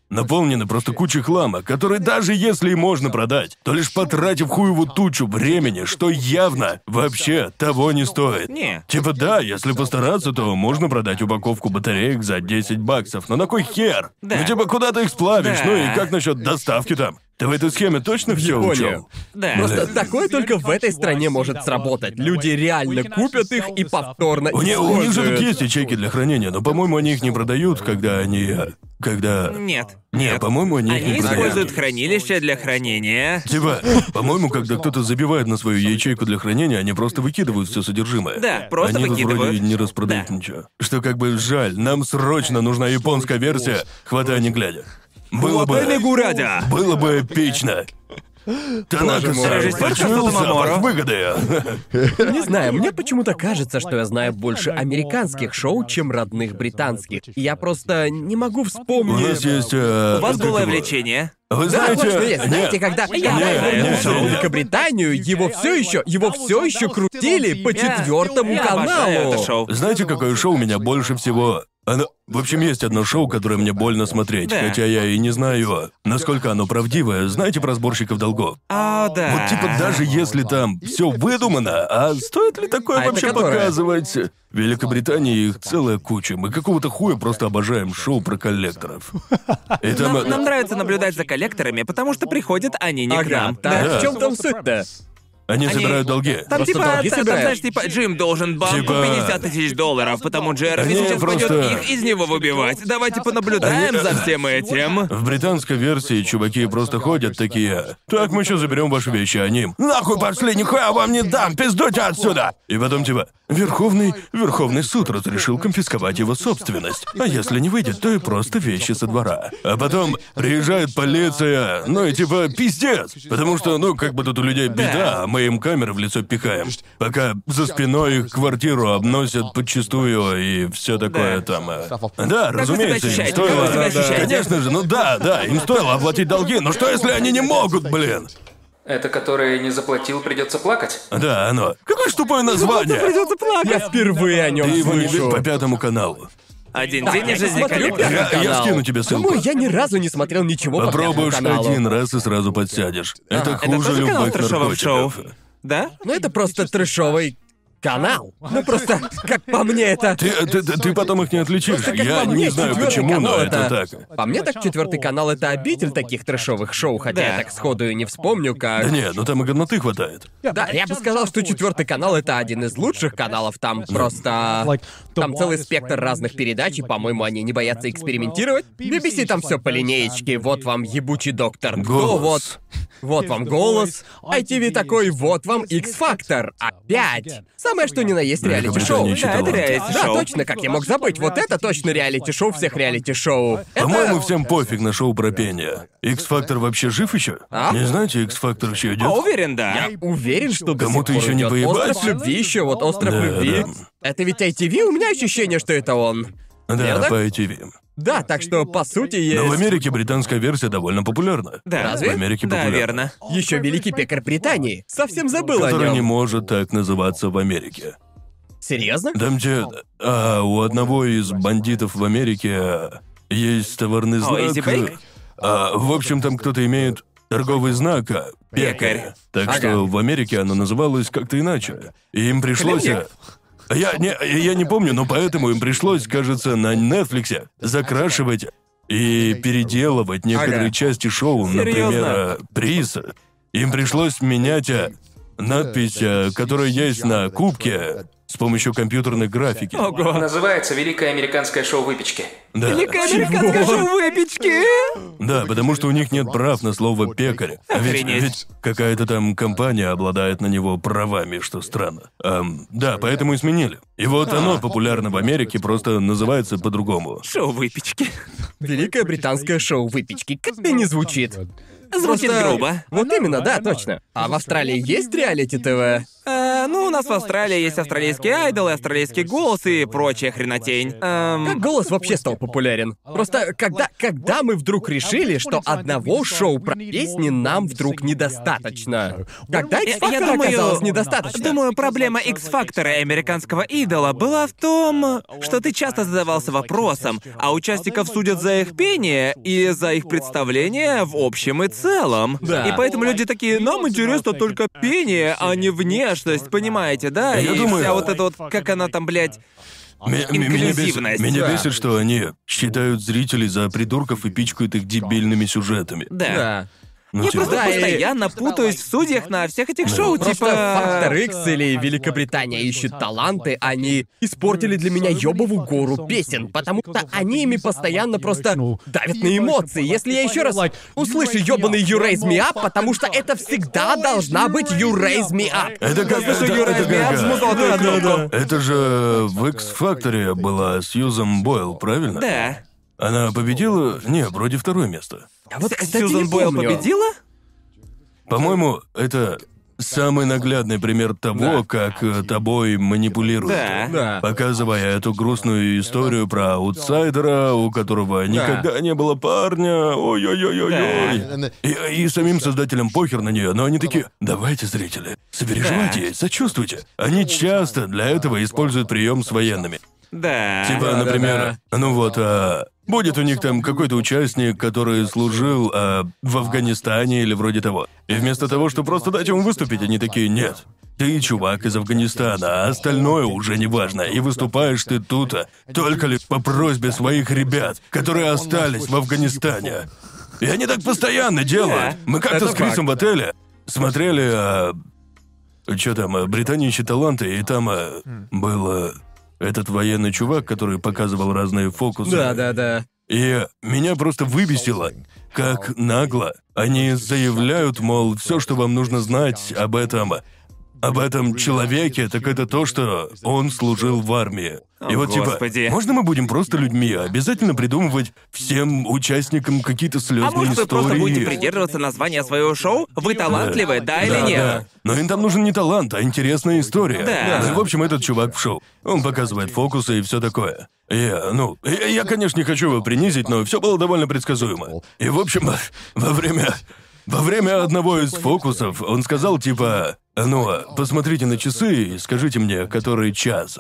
наполнены просто кучей хлама, который даже если и можно продать, то лишь потратив хуеву тучу времени, что явно вообще того не стоит. Не. Типа да, если постараться, то можно продать упаковку батареек за десять баксов, но на кой хер? Да. Ну типа куда ты их сплавишь? Да. Ну и как насчет доставки там? Ты в этой схеме точно все Японию. учел? Да. Просто такое только в этой стране может сработать. Люди реально купят их и повторно У, них, у них же тут используют. есть ячейки для хранения, но, по-моему, они их не продают, когда они... э, Когда... Нет. Не, по-моему, они их Они не продают. используют хранилище для хранения. Типа, по-моему, когда кто-то забивает на свою ячейку для хранения, они просто выкидывают все содержимое. Да, просто они тут выкидывают. вроде не распродают Да. ничего. Что как бы жаль, нам срочно нужна японская версия, хватай не глядя. Было бы... Гурадя. Было бы эпично. Танака мой. Режиссер почуял Хасото Маморо. запах выгоды. Не знаю, мне почему-то кажется, что я знаю больше американских шоу, чем родных британских. Я просто не могу У вспомнить. нас есть... э, У вас как голое его? влечение. Вы Да, знаете... вот что есть. Нет. Знаете, когда я не, вернулся не, в не. Великобританию, его все еще, его все еще крутили по четвертому Я обожаю каналу. это шоу. Знаете, какое шоу меня больше всего... Оно... В общем, есть одно шоу, которое мне больно смотреть, Да. хотя я и не знаю, насколько оно правдивое. Знаете про сборщиков долгов? О, да. Вот типа даже если там все выдумано, а стоит ли такое А это вообще которое? показывать? В Великобритании их целая куча. Мы какого-то хуя просто обожаем шоу про коллекторов. И там... Нам, нам нравится наблюдать за коллекторами, потому что приходят они не к Ага, нам. так Да. в чем там суть-то? Они Они- собирают долги. Там Просто типа, долги та- там, собирают. знаешь, типа, Джим должен банку Типа- пятьдесят тысяч долларов, потому Джереми Они сейчас просто- пойдет их из него выбивать. Давайте понаблюдаем Они- за всем этим. В британской версии чуваки просто ходят такие: так, мы сейчас заберем ваши вещи, они: нахуй пошли, нихуя вам не дам, пиздуйте отсюда! И потом типа: Верховный, Верховный суд разрешил конфисковать его собственность. А если не выйдет, то и просто вещи со двора. А потом приезжает полиция, ну и типа пиздец. Потому что, ну, как бы тут у людей беда, а мы им камеры в лицо пихаем. Пока за спиной их квартиру обносят подчистую и все такое Да. там. э. Да, Как разумеется, вы себя им ощущаете? стоило. Как вы себя ощущаете? Конечно же, ну да, да, им стоило оплатить долги, но что если они не могут, блин? Это который не заплатил, придется плакать? Да, оно. Какое ж тупое название? Придется плакать. Я впервые о нем Ты его не видишь слышу. по пятому каналу. Один Так, день я из жизни смотрю коллектора. Пятый Я, я канал. скину тебе ссылку. Думаю, я ни разу не смотрел ничего по Попробуешь Пятому каналу. один раз и сразу подсядешь. Это Это хуже тоже канал с любых трэшовым шоу? наркотиков. Да? Ну это просто трэшовый канал. Ну просто, как по мне, это... Ты, ты, ты, ты потом их не отличишь. Как Я по мне, не знаю четвёртый почему, но канал это так. По мне, так четвертый канал это обитель таких трэшовых шоу, хотя Да. я так сходу и не вспомню, как. Да не, ну там и годноты хватает. Да, я бы сказал, что четвертый канал это один из лучших каналов. Там просто. Там целый спектр разных передач, и, по-моему, они не боятся экспериментировать. би би си там все по линеечке. Вот вам ебучий доктор Кто, Голос. вот. Вот вам голос. ай ти ви такой, вот вам X-Factor. Опять. Самое что ни на есть реалити-шоу. Великобритания Да, это читала. реалити-шоу. Да, точно, как я мог забыть. Вот это точно реалити-шоу всех реалити-шоу. По-моему, Это... всем пофиг на шоу про пение. X-Factor вообще жив еще? А? Не знаете, X-Factor еще идет? А, уверен, да. Я уверен, что до Кому-то сих пор еще не идёт. поебать? Остров любви еще, вот остров Да, любви. да. Это ведь ай ти ви, у меня ощущение, что это он. Да, Верно? по ай ти ви. Да, так что по сути есть. Но в Америке британская версия довольно популярна. Да. Разве? В Америке Да, популярна. верно. Еще великий пекарь Британии. Совсем забыл о Который не нем. может так называться в Америке. Серьезно? Там где... А, у одного из бандитов в Америке есть товарный знак... Easy Bake? А, в общем, там кто-то имеет торговый знак а, «Пекарь». Пекарь. Так Ага. что в Америке оно называлось как-то иначе. И им пришлось... Хлебник? а, Я не, я не помню, но поэтому им пришлось, кажется, на Netflix закрашивать и переделывать некоторые Ага. части шоу, например, Серьезно? а, приз. Им пришлось менять а, надпись, а, которая есть на кубке, с помощью компьютерной графики. Ого. Называется «Великое американское шоу выпечки». Да. Великая американская шоу выпечки. Да, потому что у них нет прав на слово «пекарь». А Ведь, Охренеть. ведь какая-то там компания обладает на него правами, что странно. Ам, да, поэтому и сменили. И вот оно популярно в Америке, просто называется по-другому. Шоу выпечки. Великое британское шоу выпечки. Как-то не звучит. Звучит Просто- грубо. Вот именно, да, точно. А в Австралии есть реалити ТВ? А, ну, у нас в Австралии есть австралийские айдолы, австралийский голос и прочая хренотень. Эм... Как голос вообще стал популярен? Просто когда, когда мы вдруг решили, что одного шоу про песни нам вдруг недостаточно? Когда Я, X-Factor я думаю, оказалось недостаточно? Думаю, проблема X-фактора и американского идола была в том, что ты часто задавался вопросом, а участников судят за их пение и за их представление в общем и целом. Да. И поэтому люди такие, нам интересно только пение, а не внешность, понимаете, да? Я и думаю- вся вот эта вот, как она там, блядь... Ме- ме- Меня бесит, Инклюзивность. меня Да. бесит, что они считают зрителей за придурков и пичкают их дебильными сюжетами. Да. Да. Ну, Я типа, просто Да, и- постоянно путаюсь в судьях на всех этих шоу, Просто типа... Фактор X или Великобритания ищет таланты, они испортили для меня ёбову гору песен, потому что они ими постоянно просто давят на эмоции. Если я еще раз услышу ёбаный You Raise Me Up, потому что это всегда должна быть You Raise Me Up. Это как... Слышу, это- Юра, это я как, обжму а, золотую кнопку. Это же в X-Factor была Сьюзан Бойл, правильно? Да. Она победила? Не, вроде второе место. А вот, кстати, Сьюзан не Бойл помню. победила? По-моему, это самый наглядный пример того, Да. как э, тобой манипулируют. Да. Да. Показывая эту грустную историю про аутсайдера, у которого никогда не было парня. Ой-ой-ой-ой-ой. И, и самим создателям похер на нее, но они такие: давайте, зрители, сопереживайте ей, сочувствуйте. Они часто для этого используют прием с военными. Да. Типа, Да, например, ну вот, а, будет у них там какой-то участник, который служил а, в Афганистане или вроде того. И вместо того, чтобы просто дать ему выступить, они такие: нет, ты чувак из Афганистана, а остальное уже не важно. И выступаешь ты тут а, только лишь по просьбе своих ребят, которые остались в Афганистане. И они так постоянно делают. Да, Мы как-то это с Крисом в отеле смотрели, а, что там, а, «Британия ищет таланты», и там а, был а, этот военный чувак, который показывал разные фокусы. Да, да, да. И меня просто выбесило, как нагло они заявляют, мол, все, что вам нужно знать об этом, об этом человеке, так это то, что он служил в армии. И О, вот Господи. типа, можно мы будем просто людьми, а обязательно придумывать всем участникам какие-то слезные А может, вы истории? просто будете придерживаться названия своего шоу? Вы талантливы, да, или нет? Да. Но им там нужен не талант, а интересная история. Да. Ну и, в общем, этот чувак в шоу. Он показывает фокусы и все такое. Я, ну, я, я, конечно, не хочу его принизить, но все было довольно предсказуемо. И, в общем, во время... Во время одного из фокусов он сказал типа: ну, посмотрите на часы и скажите мне, который час.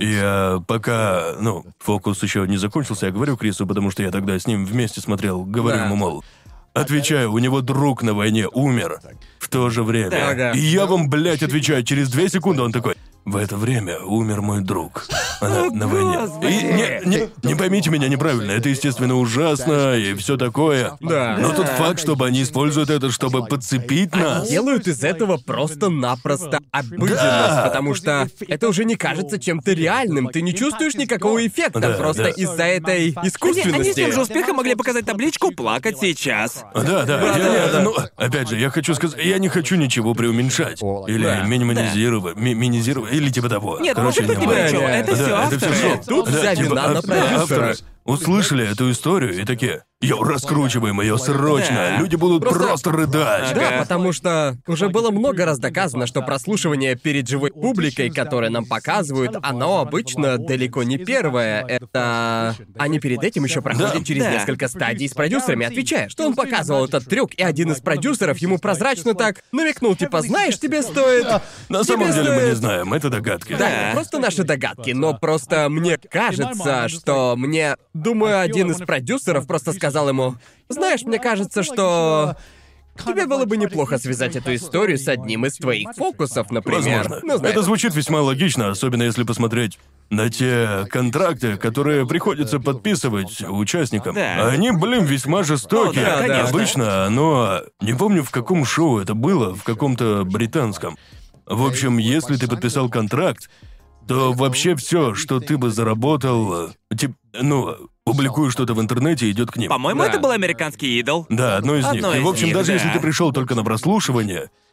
Я пока, ну, фокус еще не закончился, я говорю Крису, потому что я тогда с ним вместе смотрел, говорю Да. ему, мол, отвечаю, у него друг на войне умер в то же время. Ага. И я вам, блядь, отвечаю, через две секунды он такой: в это время умер мой друг. Она на войне. Господи. И не, не, не поймите меня неправильно, это, естественно, ужасно и все такое. Да. Но тот факт, чтобы они используют это, чтобы подцепить нас. Делают из этого просто-напросто обыденность, Да. потому что это уже не кажется чем-то реальным. Ты не чувствуешь никакого эффекта Да, просто да. из-за этой Они, искусственности. они с тем же успехом могли показать табличку «Плакать сейчас». Да, да, я, да, я- да. ну, опять же, я хочу сказать, я не хочу ничего преуменьшать. Или Да. минимализировать, ми- минимизировать, или типа того. Нет, Короче, может быть, ни не при важно. чем. Да, Это Да, все это авторы. все шоу. Тут вся типа, вина на ав- да, продюсера. авторы услышали эту историю и такие: йоу, раскручиваем ее срочно. Да. Люди будут Просто- просто, рыдать. Да, Ага. потому что уже было много раз доказано, что прослушивание перед живой публикой, которое нам показывают, оно обычно далеко не первое. Это... Они перед этим еще проходят Да. через Да. несколько стадий с продюсерами, отвечая, что он показывал этот трюк, и один из продюсеров ему прозрачно так намекнул, типа, знаешь, тебе стоит... На самом тебе деле мы не стоит- знаем, это догадки. Да, это просто наши догадки, но просто мне кажется, что мне... Думаю, один из продюсеров просто сказал ему: знаешь, мне кажется, что... Тебе было бы неплохо связать эту историю с одним из твоих фокусов, например. Возможно. Ну, знаешь, Это звучит весьма логично, особенно если посмотреть на те контракты, которые приходится подписывать участникам. Да. Они, блин, весьма жестокие. О, да, конечно. Обычно оно... Не помню, в каком шоу это было, в каком-то британском. В общем, если ты подписал контракт, то вообще все, что ты бы заработал, типа, ну, публикуешь что-то в интернете, идет к ним. По-моему, Да. это был американский идол. Да, одно из Одно них. И, из в общем, них, даже да. если ты пришел только на прослушивание,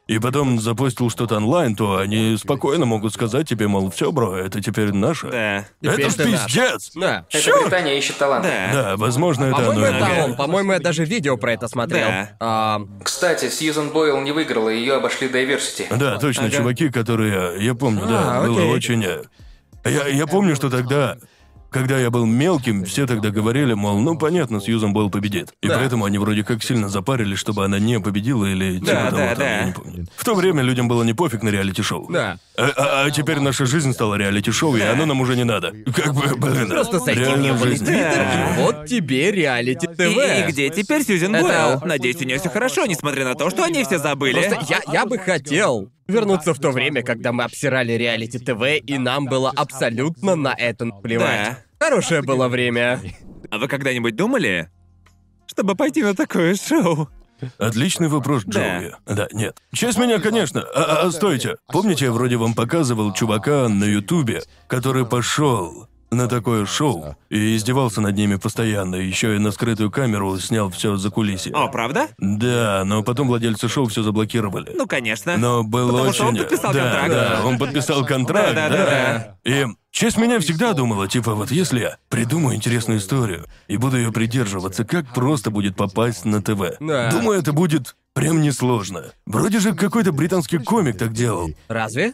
и потом запостил что-то онлайн, то они спокойно могут сказать тебе, мол, все, бро, это теперь наше. Да. Теперь Это ж ты наш. пиздец! Да. Это Чёрт! Британия ищет таланты. Да. Да, возможно, это По-моему, оно и это было. он. По-моему, я даже видео про это смотрел. Да. А, Кстати, Сьюзен Бойл не выиграла, ее обошли Diversity. Да, точно, Ага. чуваки, которые... Я помню, да, А, было окей. очень... э, Я, я помню, что тогда... Когда я был мелким, все тогда говорили, мол, ну понятно, Сьюзан Бойл победит. И Да. поэтому они вроде как сильно запарились, чтобы она не победила или типа Да, того, да, там, да. я не помню. В то время людям было не пофиг на реалити-шоу. да. А, а- а теперь наша жизнь стала реалити-шоу, и оно нам уже не надо. Как бы, блин, Просто зайди в реальная его жизнь. твиттер, Да. и вот тебе реалити ТВ. И, и где теперь Сьюзен Это- Бойл? Надеюсь, у нее все хорошо, несмотря на то, что они все забыли. Просто я, я бы хотел вернуться в то время, когда мы обсирали реалити ТВ, и нам было абсолютно на это плевать. Да. Хорошее было время. А вы когда-нибудь думали, чтобы пойти на такое шоу? Отличный вопрос, Да. Джоуи. Да, нет. Честь меня, конечно. А, а- а стойте. Помните, я вроде вам показывал чувака на Ютубе, который пошел на такое шоу и издевался над ними постоянно, еще и на скрытую камеру снял все за кулисье. О, правда? Да, но потом владельцы шоу все заблокировали. Ну, конечно. Но был Потому очень... что он подписал да, контракт. Да, он подписал контракт, Да, да. да, да, И честь меня всегда думала, типа, вот если я придумаю интересную историю и буду ее придерживаться, как просто будет попасть на ТВ. Да. Думаю, это будет прям несложно. Вроде же какой-то британский комик так делал. Разве?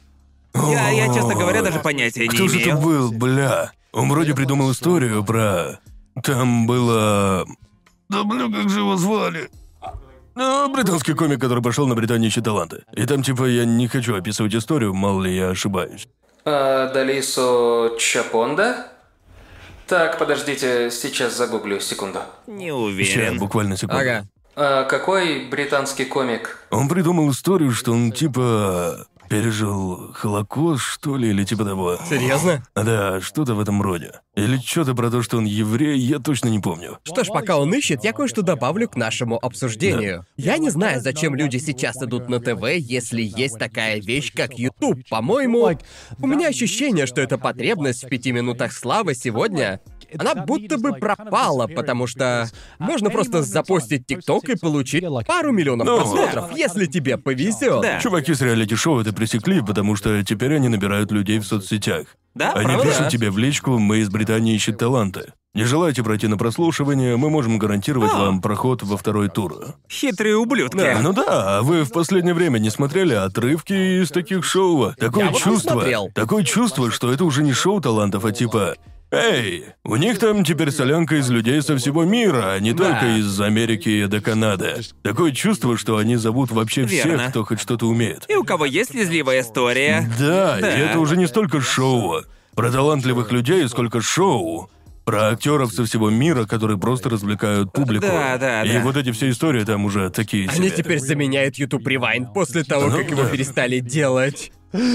Я, я, честно говоря, даже понятия Кто не же это имею. был, бля? Он вроде придумал историю про... Там было... Да бля, как же его звали? Ну, британский комик, который пошел на Британию ищет таланты. И там, типа, я не хочу описывать историю, мало ли я ошибаюсь. А, Далисо Чапонда? Так, подождите, сейчас загуглю, секунду. Не Сейчас, уверен. буквально секунду. Ага. А, какой британский комик? Он придумал историю, что он, типа, пережил Холокост, что ли, или типа того. Серьезно? Да, что-то в этом роде. Или что-то про то, что он еврей, я точно не помню. Что ж, пока он ищет, я кое-что добавлю к нашему обсуждению. Я не знаю, зачем люди сейчас идут на ТВ, если есть такая вещь, как YouTube. По-моему, у меня ощущение, что эта потребность в пяти минутах славы сегодня, она будто бы пропала, потому что можно просто запостить ТикТок и получить пару миллионов Ну, просмотров, если тебе повезет. Да. Чуваки с реалити-шоу это пресекли, потому что теперь они набирают людей в соцсетях. Да, Они правда? пишут тебе в личку, мы из Британии ищем таланты. Не желаете пройти на прослушивание, мы можем гарантировать А. вам проход во второй тур. Хитрые ублюдки. Да. Ну да, а вы в последнее время не смотрели отрывки из таких шоу? Такое Я вот не чувство, смотрел. такое чувство, что это уже не шоу талантов, а типа... Эй, у них там теперь солянка из людей со всего мира, а не Да. только из Америки до Канады. Такое чувство, что они зовут вообще Верно. всех, кто хоть что-то умеет. И у кого есть слезливая история. Да, Да. и это уже не столько шоу про талантливых людей, сколько шоу про актеров со всего мира, которые просто развлекают публику. Да, да, И да. вот эти все истории там уже такие Они себе. теперь заменяют YouTube Rewind после того, Ну как его да. перестали делать.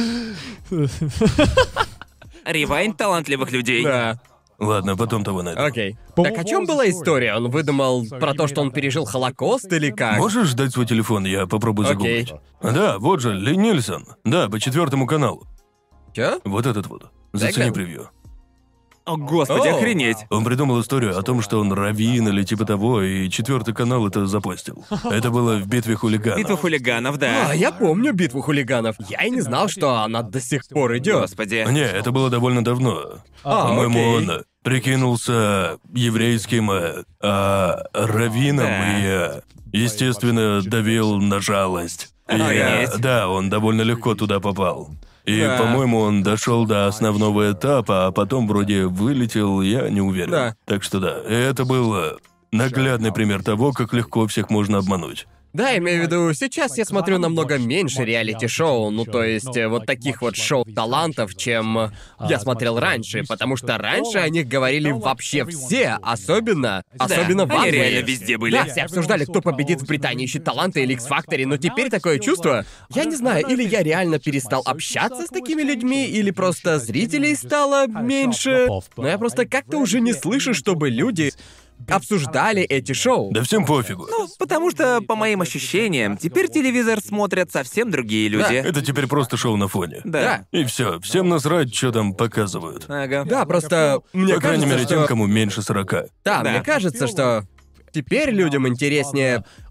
Ревайн талантливых людей. Да. Ладно, потом того найду. Окей. Так о чем была история? Он выдумал про то, что он пережил Холокост или как? Можешь дать свой телефон, я попробую Окей. загуглить. Да, вот же, Ли Нильсон. Да, по четвертому каналу. Чё? Вот этот вот. Зацени Дай-ка. превью. О, господи, О. охренеть. Он придумал историю о том, что он раввин или типа того, и четвертый канал это запостил. Это было в битве хулиганов. Битва хулиганов, да. А, я помню битву хулиганов. Я и не знал, что она до сих пор идет. Господи. Не, это было довольно давно. А, По-моему, окей. он прикинулся еврейским э, а, раввином Да. и, э, естественно, давил на жалость. И, э, Охренеть. да, он довольно легко туда попал. И, Да. по-моему, он дошел до основного этапа, а потом вроде вылетел, я не уверен. Да. Так что да, это был э, наглядный пример того, как легко всех можно обмануть. Да, имею в виду, сейчас я смотрю намного меньше реалити-шоу, ну то есть э, вот таких вот шоу-талантов, чем я смотрел раньше, потому что раньше о них говорили вообще все, особенно, особенно в они Англии. реально везде были. Да, все обсуждали, кто победит в Британии ищет таланты или X-Factor, но теперь такое чувство, я не знаю, или я реально перестал общаться с такими людьми, или просто зрителей стало меньше, но я просто как-то уже не слышу, чтобы люди обсуждали эти шоу. Да всем пофигу. Ну, потому что, по моим ощущениям, теперь телевизор смотрят совсем другие люди. Это теперь просто шоу на фоне. Да. И все, всем насрать, что там показывают. Ага. Да, просто мне По крайней кажется, мере, что... тем, кому меньше сорока. Да, Да. мне кажется, что теперь людям интереснее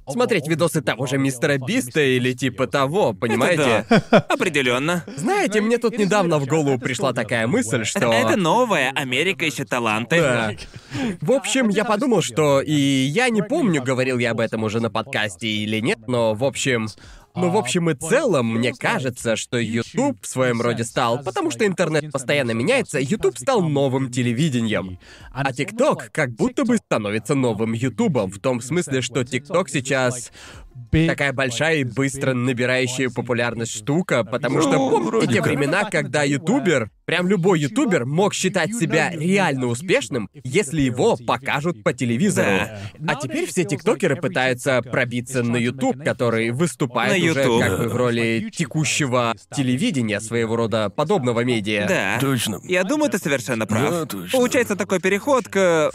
смотреть видосы того же мистера Биста или типа того, понимаете? Определенно. Знаете, мне тут недавно в голову пришла такая мысль, что... Это новая Америка ищет таланты. Да. В общем, я подумал, что... И я не помню, говорил я об этом уже на подкасте или нет, но в общем... Ну, в общем и целом, мне кажется, что YouTube в своем роде стал, потому что интернет постоянно меняется, YouTube стал новым телевидением. А TikTok как будто бы становится новым YouTube'ом, в том смысле, что TikTok сейчас такая большая и быстро набирающая популярность штука, потому что помните те времена, когда ютубер, прям любой ютубер мог считать себя реально успешным, если его покажут по телевизору. Да. А теперь все тиктокеры пытаются пробиться на YouTube, который выступает На уже YouTube. как бы в роли текущего телевидения, своего рода подобного медиа. Да. Точно. Я думаю, ты совершенно прав. Да, точно. Получается такой переход к...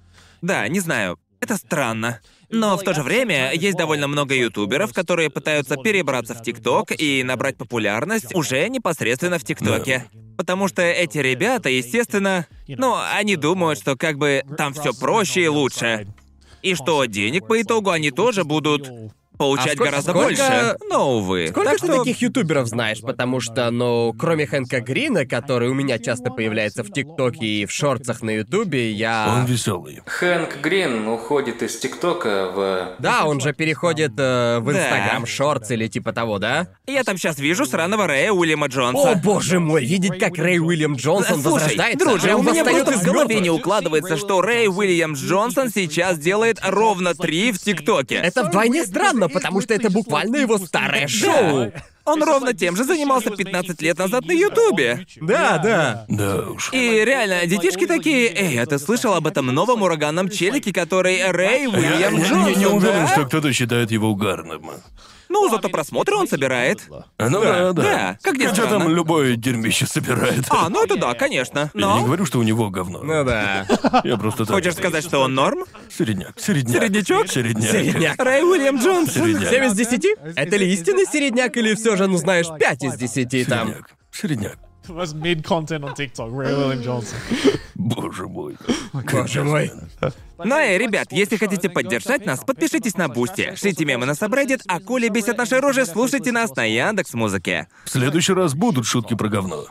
Да, не знаю. Это странно. Но в то же время есть довольно много ютуберов, которые пытаются перебраться в ТикТок и набрать популярность уже непосредственно в ТикТоке. Потому что эти ребята, естественно, ну, они думают, что как бы там все проще и лучше. И что денег по итогу они тоже будут получать А сколько- гораздо сколько- больше. Но, увы. Сколько Так ты что... таких ютуберов знаешь? Потому что, ну, кроме Хэнка Грина, который у меня часто появляется в ТикТоке и в шортсах на Ютубе, я... Он веселый. Хэнк Грин уходит из ТикТока в... Да, он же переходит э, в Да. Инстаграм Шортс или типа того, да? Я там сейчас вижу сраного Рэя Уильяма О, Джонса. боже мой, видеть, как Рэй Уильям Джонсон Слушай, возрождается. друже, прям у меня восстаёт просто из в голове не мёртвых. укладывается, что Рэй Уильямс Джонсон сейчас делает ровно три в ТикТоке. Это вдвойне странно, потому что это буквально его старое шоу. Он ровно тем же занимался пятнадцать лет назад на Ютубе. Да, да. Да уж. И реально, детишки такие, эй, а ты слышал об этом новом ураганном челике, который Рэй Я, Уильям я- Джонсон, я не уверен, да? что кто-то считает его угарным. Ну, зато просмотры он собирает. А, ну да, да. Да, как ни Хотя странно. там любое дерьмище собирает. А, ну это да, конечно. Я не Но... говорю, что у него говно. Ну да. Я просто так. Хочешь сказать, что он норм? Середняк. Середняк. Середнячок? Середняк. Середняк. Рэй Уильям Джонсон? Середняк. семь из десяти? Это ли истинный середняк или все же, ну знаешь, пять из десяти там? Середняк. Середняк. Was mid content on TikTok, Ray William Johnson. Боже мой. Боже мой. Ну и, ребят, если хотите поддержать нас, подпишитесь на Бусти, шлите мемы на Subreddit, а коли бесят наши рожи, слушайте нас на Яндекс.Музыке. В следующий раз будут шутки про говно.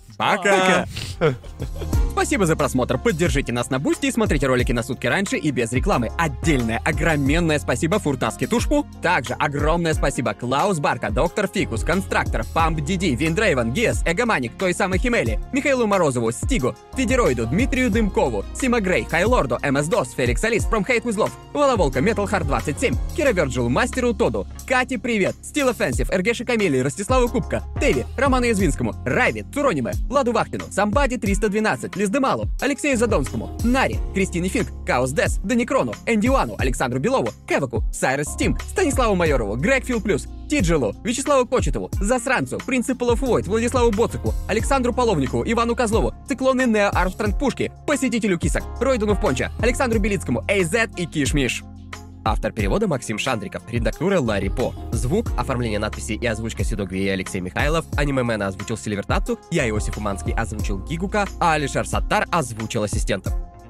Пока. Спасибо за просмотр. Поддержите нас на Бусти и смотрите ролики на сутки раньше и без рекламы. Отдельное огроменное спасибо Фуртаске Тушпу. Также огромное спасибо Клаус Барка, Доктор Фикус, Констрактор, Памп Диди, Виндрейвен, Гиас, Эгоманик, той самой Химели, Михаилу Морозову, Стигу, Федероиду, Дмитрию Дымкову, Сима Грей, Хайлорду, МС-Дос, Феликс Алис, From Hate With Love, Воловолка, Metal Hard двадцать семь, Кира Верджилу, Мастеру Тоду, Кате Привет, Стил Offensive, Эргеше Камели, Ростиславу Кубка, Теви, Роману Язвинскому, Райви, Цурониме, Владу Вахтину, Самбади триста двенадцать, Лиздемалу, Алексею Задонскому, Наре, Кристине Финк, Каус Дес, Даникрону, Эндиуану, Александру Белову, Кеваку, Сайрес Стим, Станиславу Майорову, Грег Фил Плюс, Тиджилу, Вячеславу Кочетову, Засранцу, Принципал оф Войд, Владиславу Боцику, Александру Половнику, Ивану Козлову, Циклоны Нео Армстронг Пушки, Посетителю Кисок, Ройдуну в Понча, Александру Белицкому, Эйзет и Кишмиш. Автор перевода Максим Шандриков, редактура Ларри По. Звук, оформление надписи и озвучка Сидогви и Алексей Михайлов, аниме-мена озвучил Сильвертату, я, Иосиф Уманский, озвучил Гигука, а Алишер Саттар озвучил ассистентов.